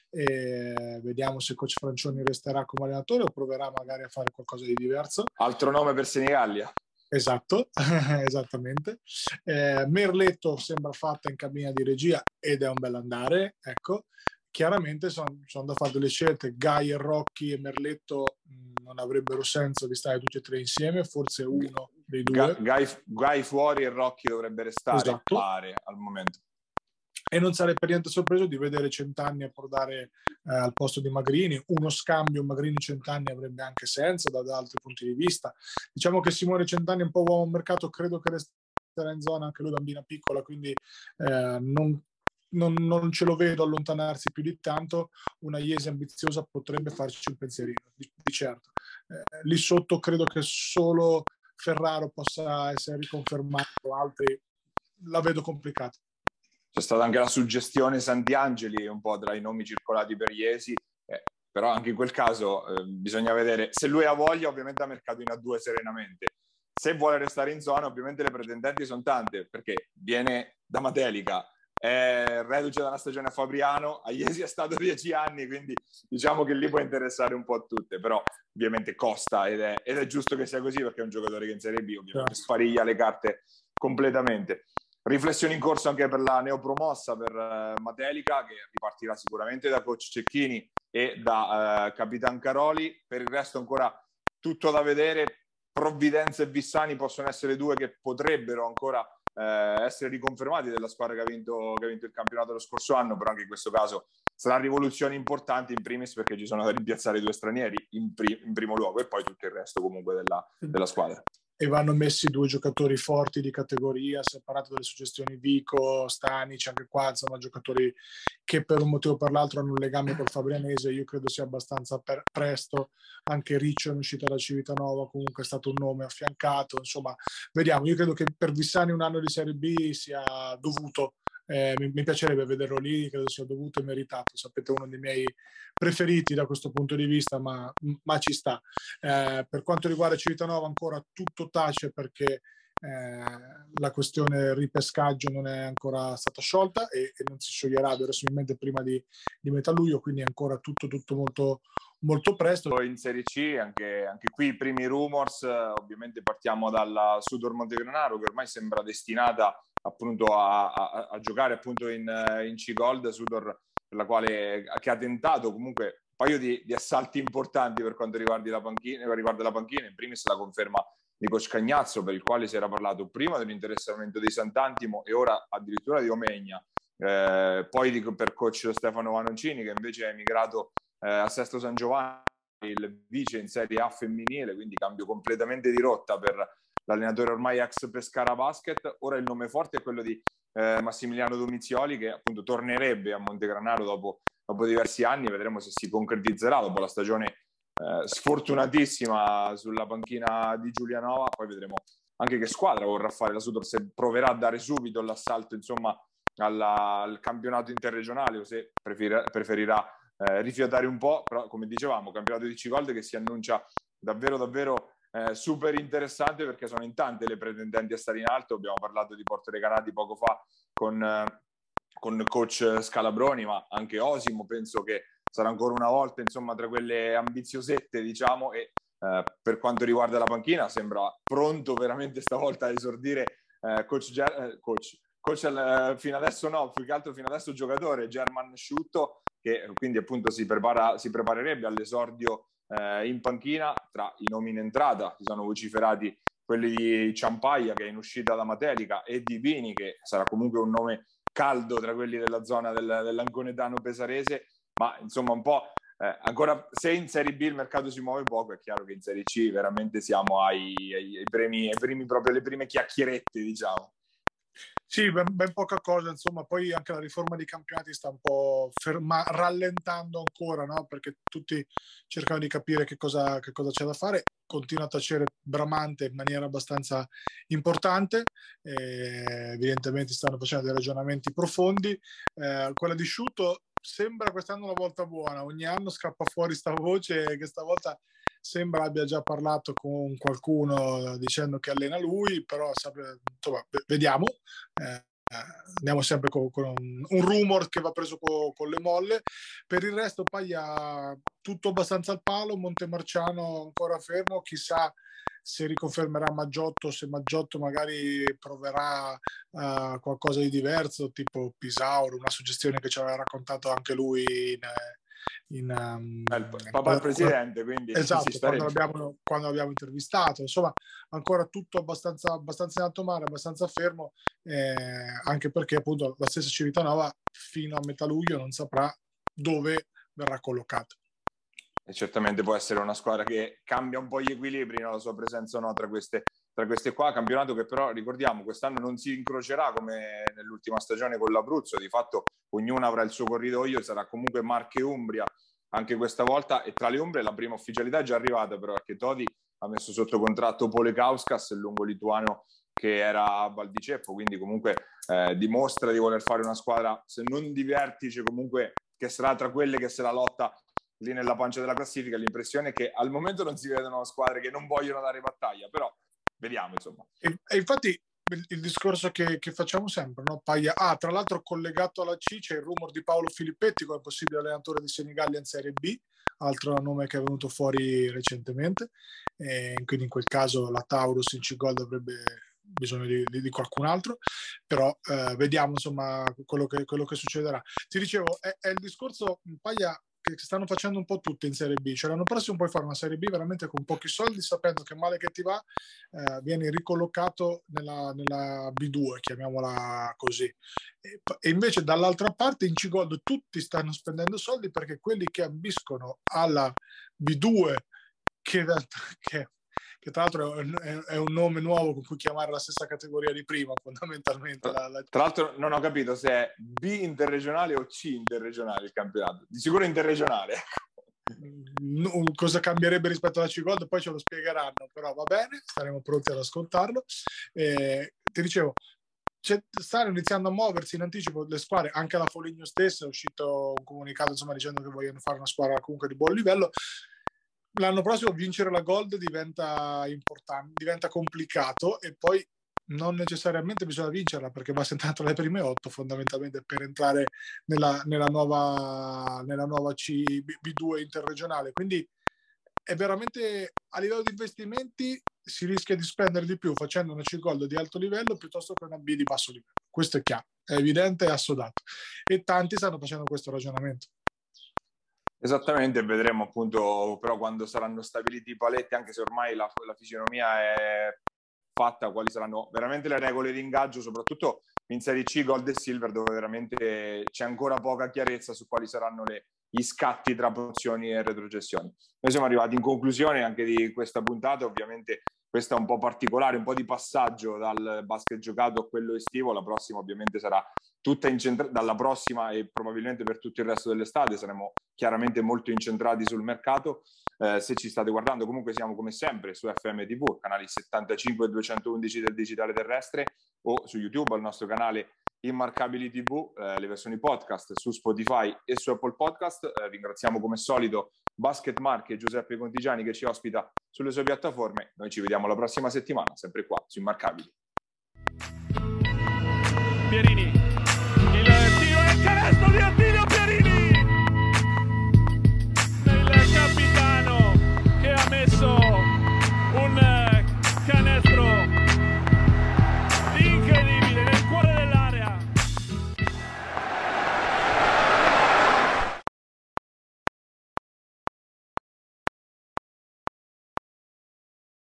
e vediamo se coach Francioni resterà come allenatore o proverà magari a fare qualcosa di diverso. Altro nome per Senigallia. Esatto, esattamente. Eh, Merletto sembra fatta in cabina di regia ed è un bel andare, ecco. Chiaramente sono, sono da fare delle scelte. Gai e Rocchi e Merletto mh, non avrebbero senso di stare tutti e tre insieme, forse uno dei due. Gai, Gai fuori e Rocchi dovrebbe restare, esatto. pare, al momento. E non sarei per niente sorpreso di vedere Centanni approdare eh, al posto di Magrini. Uno scambio Magrini-Centanni avrebbe anche senso da, da altri punti di vista. Diciamo che Simone Centanni è un po' uomo mercato, credo che resterà in zona, anche lui bambina piccola, quindi eh, non, non, non ce lo vedo allontanarsi più di tanto. Una Iesi ambiziosa potrebbe farci un pensierino, di, di certo. Eh, lì sotto credo che solo Ferraro possa essere riconfermato, altri la vedo complicata. C'è stata anche la suggestione Santiangeli un po' tra i nomi circolati per Iesi, eh, però anche in quel caso eh, bisogna vedere se lui ha voglia. Ovviamente ha mercato in A due serenamente, se vuole restare in zona ovviamente le pretendenti sono tante, perché viene da Matelica, è reduce da una stagione a Fabriano, a Iesi è stato dieci anni, quindi diciamo che lì può interessare un po' a tutte, però ovviamente costa ed è, ed è giusto che sia così, perché è un giocatore che in Serie B ovviamente spariglia le carte completamente. Riflessioni in corso anche per la neopromossa per uh, Matelica, che ripartirà sicuramente da coach Cecchini e da uh, Capitan Caroli. Per il resto ancora tutto da vedere. Provvidenza e Vissani possono essere due che potrebbero ancora uh, essere riconfermati della squadra che ha, vinto, che ha vinto il campionato lo scorso anno, però anche in questo caso sarà rivoluzione importante, in primis perché ci sono da rimpiazzare due stranieri in, pri- in primo luogo, e poi tutto il resto comunque della, della squadra. E vanno messi due giocatori forti di categoria, separato dalle suggestioni Vico, Stanic, anche qua insomma giocatori che per un motivo o per l'altro hanno un legame col Fabrianese. Io credo sia abbastanza per presto. Anche Riccio è uscita da Civitanova, comunque è stato un nome affiancato, insomma vediamo. Io credo che per Vissani un anno di Serie B sia dovuto. Eh, mi, mi piacerebbe vederlo lì, credo sia dovuto e meritato. Sapete, uno dei miei preferiti da questo punto di vista, ma, ma ci sta. Eh, per quanto riguarda Civitanova ancora tutto tace, perché eh, la questione ripescaggio non è ancora stata sciolta e, e non si scioglierà verosimilmente prima di, di metà luglio, quindi è ancora tutto, tutto molto, molto presto. In Serie C anche, anche qui i primi rumors, ovviamente partiamo dalla Sudor Montegranaro, che ormai sembra destinata appunto a, a, a giocare appunto in, in C-Gold. Sudor, per la quale che ha tentato comunque un paio di, di assalti importanti per quanto riguarda la panchina, riguarda la panchina. In primis la conferma di coach Cagnazzo, per il quale si era parlato prima dell'interessamento di Sant'Antimo e ora addirittura di Omegna, eh, poi di, per coach Stefano Vanoncini, che invece è emigrato eh, a Sesto San Giovanni, il vice in Serie A femminile, quindi cambio completamente di rotta per l'allenatore ormai ex Pescara Basket. Ora il nome forte è quello di eh, Massimiliano Domizioli, che appunto tornerebbe a Montegranaro dopo, dopo diversi anni. Vedremo se si concretizzerà dopo la stagione eh, sfortunatissima sulla panchina di Giulianova. Poi vedremo anche che squadra vorrà fare la Sudor, se proverà a dare subito l'assalto insomma alla, al campionato interregionale o se preferirà, preferirà eh, rifiatare un po'. Però come dicevamo, campionato di C-Gold che si annuncia davvero davvero Eh, super interessante, perché sono in tante le pretendenti a stare in alto. Abbiamo parlato di Porto Recanati poco fa con, eh, con coach Scalabroni, ma anche Osimo penso che sarà ancora una volta insomma tra quelle ambiziosette, diciamo, e eh, per quanto riguarda la panchina sembra pronto veramente stavolta a esordire eh, coach, Ger- coach, coach eh, fino adesso no, più che altro fino adesso giocatore German Sciutto, che quindi appunto si, prepara, si preparerebbe all'esordio eh, in panchina. Tra i nomi in entrata si sono vociferati quelli di Ciampaglia, che è in uscita da Matelica, e di Bini, che sarà comunque un nome caldo tra quelli della zona del, dell'Anconetano pesarese, ma insomma un po' eh, ancora, se in Serie B il mercato si muove poco, è chiaro che in Serie C veramente siamo ai, ai, ai, primi, ai primi, proprio le prime chiacchierette, diciamo. Sì, ben, ben poca cosa, insomma, poi anche la riforma dei campionati sta un po' ferma, rallentando ancora, no? Perché tutti cercano di capire che cosa, che cosa c'è da fare. Continua a tacere Bramante in maniera abbastanza importante, eh, evidentemente stanno facendo dei ragionamenti profondi. Eh, quella di Sciutto sembra quest'anno una volta buona, ogni anno scappa fuori sta voce che stavolta sembra abbia già parlato con qualcuno dicendo che allena lui, però insomma, vediamo. Eh, andiamo sempre con, con un, un rumor che va preso con, con le molle. Per il resto Paglia tutto abbastanza al palo, Montemarciano ancora fermo, chissà se riconfermerà Maggiotto, se Maggiotto magari proverà uh, qualcosa di diverso, tipo Pisauro, una suggestione che ci aveva raccontato anche lui in, in um, il papà il presidente, quindi esatto, quando l'abbiamo, quando l'abbiamo intervistato. Insomma, ancora tutto abbastanza, abbastanza in alto mare, abbastanza fermo, eh, anche perché appunto la stessa Civitanova fino a metà luglio non saprà dove verrà collocata. E certamente può essere una squadra che cambia un po' gli equilibri, no? La sua presenza o no tra queste, tra queste qua. Campionato che però, ricordiamo, quest'anno non si incrocerà come nell'ultima stagione con l'Abruzzo. Di fatto ognuno avrà il suo corridoio, sarà comunque Marche e Umbria anche questa volta, e tra le Umbre la prima ufficialità è già arrivata, però, perché Todi ha messo sotto contratto Polekauskas, il lungo lituano che era a Val di Ceppo, quindi comunque eh, dimostra di voler fare una squadra, se non di vertice, comunque che sarà tra quelle che se la lotta lì nella pancia della classifica. L'impressione è che al momento non si vedono squadre che non vogliono dare battaglia, però vediamo insomma. E, e infatti il, il discorso che, che facciamo sempre, no? Paglia, ah, tra l'altro collegato alla C c'è il rumor di Paolo Filippetti come possibile allenatore di Senigallia in Serie B, altro nome che è venuto fuori recentemente, e quindi in quel caso la Taurus in C-Gold avrebbe bisogno di, di, di qualcun altro, però eh, vediamo insomma quello che, quello che succederà. Ti dicevo, è, è il discorso Paglia che stanno facendo un po' tutte in Serie B, cioè l'anno prossimo puoi fare una Serie B veramente con pochi soldi, sapendo che male che ti va eh, vieni ricollocato nella, nella B due, chiamiamola così, e, e invece dall'altra parte in C-Gold tutti stanno spendendo soldi, perché quelli che ambiscono alla B due, che, che che tra l'altro è un nome nuovo con cui chiamare la stessa categoria di prima, fondamentalmente. Tra, la, la... tra l'altro non ho capito se è B interregionale o C interregionale il campionato. Di sicuro interregionale. No, cosa cambierebbe rispetto alla C-Gold? Poi ce lo spiegheranno, però va bene, staremo pronti ad ascoltarlo. Eh, ti dicevo, stanno iniziando a muoversi in anticipo le squadre, anche la Foligno stessa è uscito un comunicato insomma dicendo che vogliono fare una squadra comunque di buon livello. L'anno prossimo vincere la Gold diventa importante, diventa complicato, e poi non necessariamente bisogna vincerla, perché va sempre tra le prime otto fondamentalmente per entrare nella, nella nuova, nella nuova C B due interregionale. Quindi è veramente, a livello di investimenti si rischia di spendere di più facendo una C-Gold di alto livello piuttosto che una B di basso livello. Questo è chiaro, è evidente e assodato, e tanti stanno facendo questo ragionamento. Esattamente, vedremo appunto però quando saranno stabiliti i paletti, anche se ormai la, la fisionomia è fatta, quali saranno veramente le regole di ingaggio, soprattutto in Serie C, Gold e Silver, dove veramente c'è ancora poca chiarezza su quali saranno le, gli scatti tra promozioni e retrocessioni. Noi siamo arrivati in conclusione anche di questa puntata, ovviamente questa è un po' particolare, un po' di passaggio dal basket giocato a quello estivo. La prossima ovviamente sarà tutta incentrata, dalla prossima e probabilmente per tutto il resto dell'estate saremo chiaramente molto incentrati sul mercato. Eh, se ci state guardando, comunque siamo come sempre su F M T V, canali settantacinque e duecentoundici del digitale terrestre, o su YouTube al nostro canale Immarcabili T V, eh, le versioni podcast su Spotify e su Apple Podcast. Eh, ringraziamo come solito Basket Marche e Giuseppe Contigiani che ci ospita sulle sue piattaforme. Noi ci vediamo la prossima settimana, sempre qua su Immarcabili. Pierini, il tiro questo via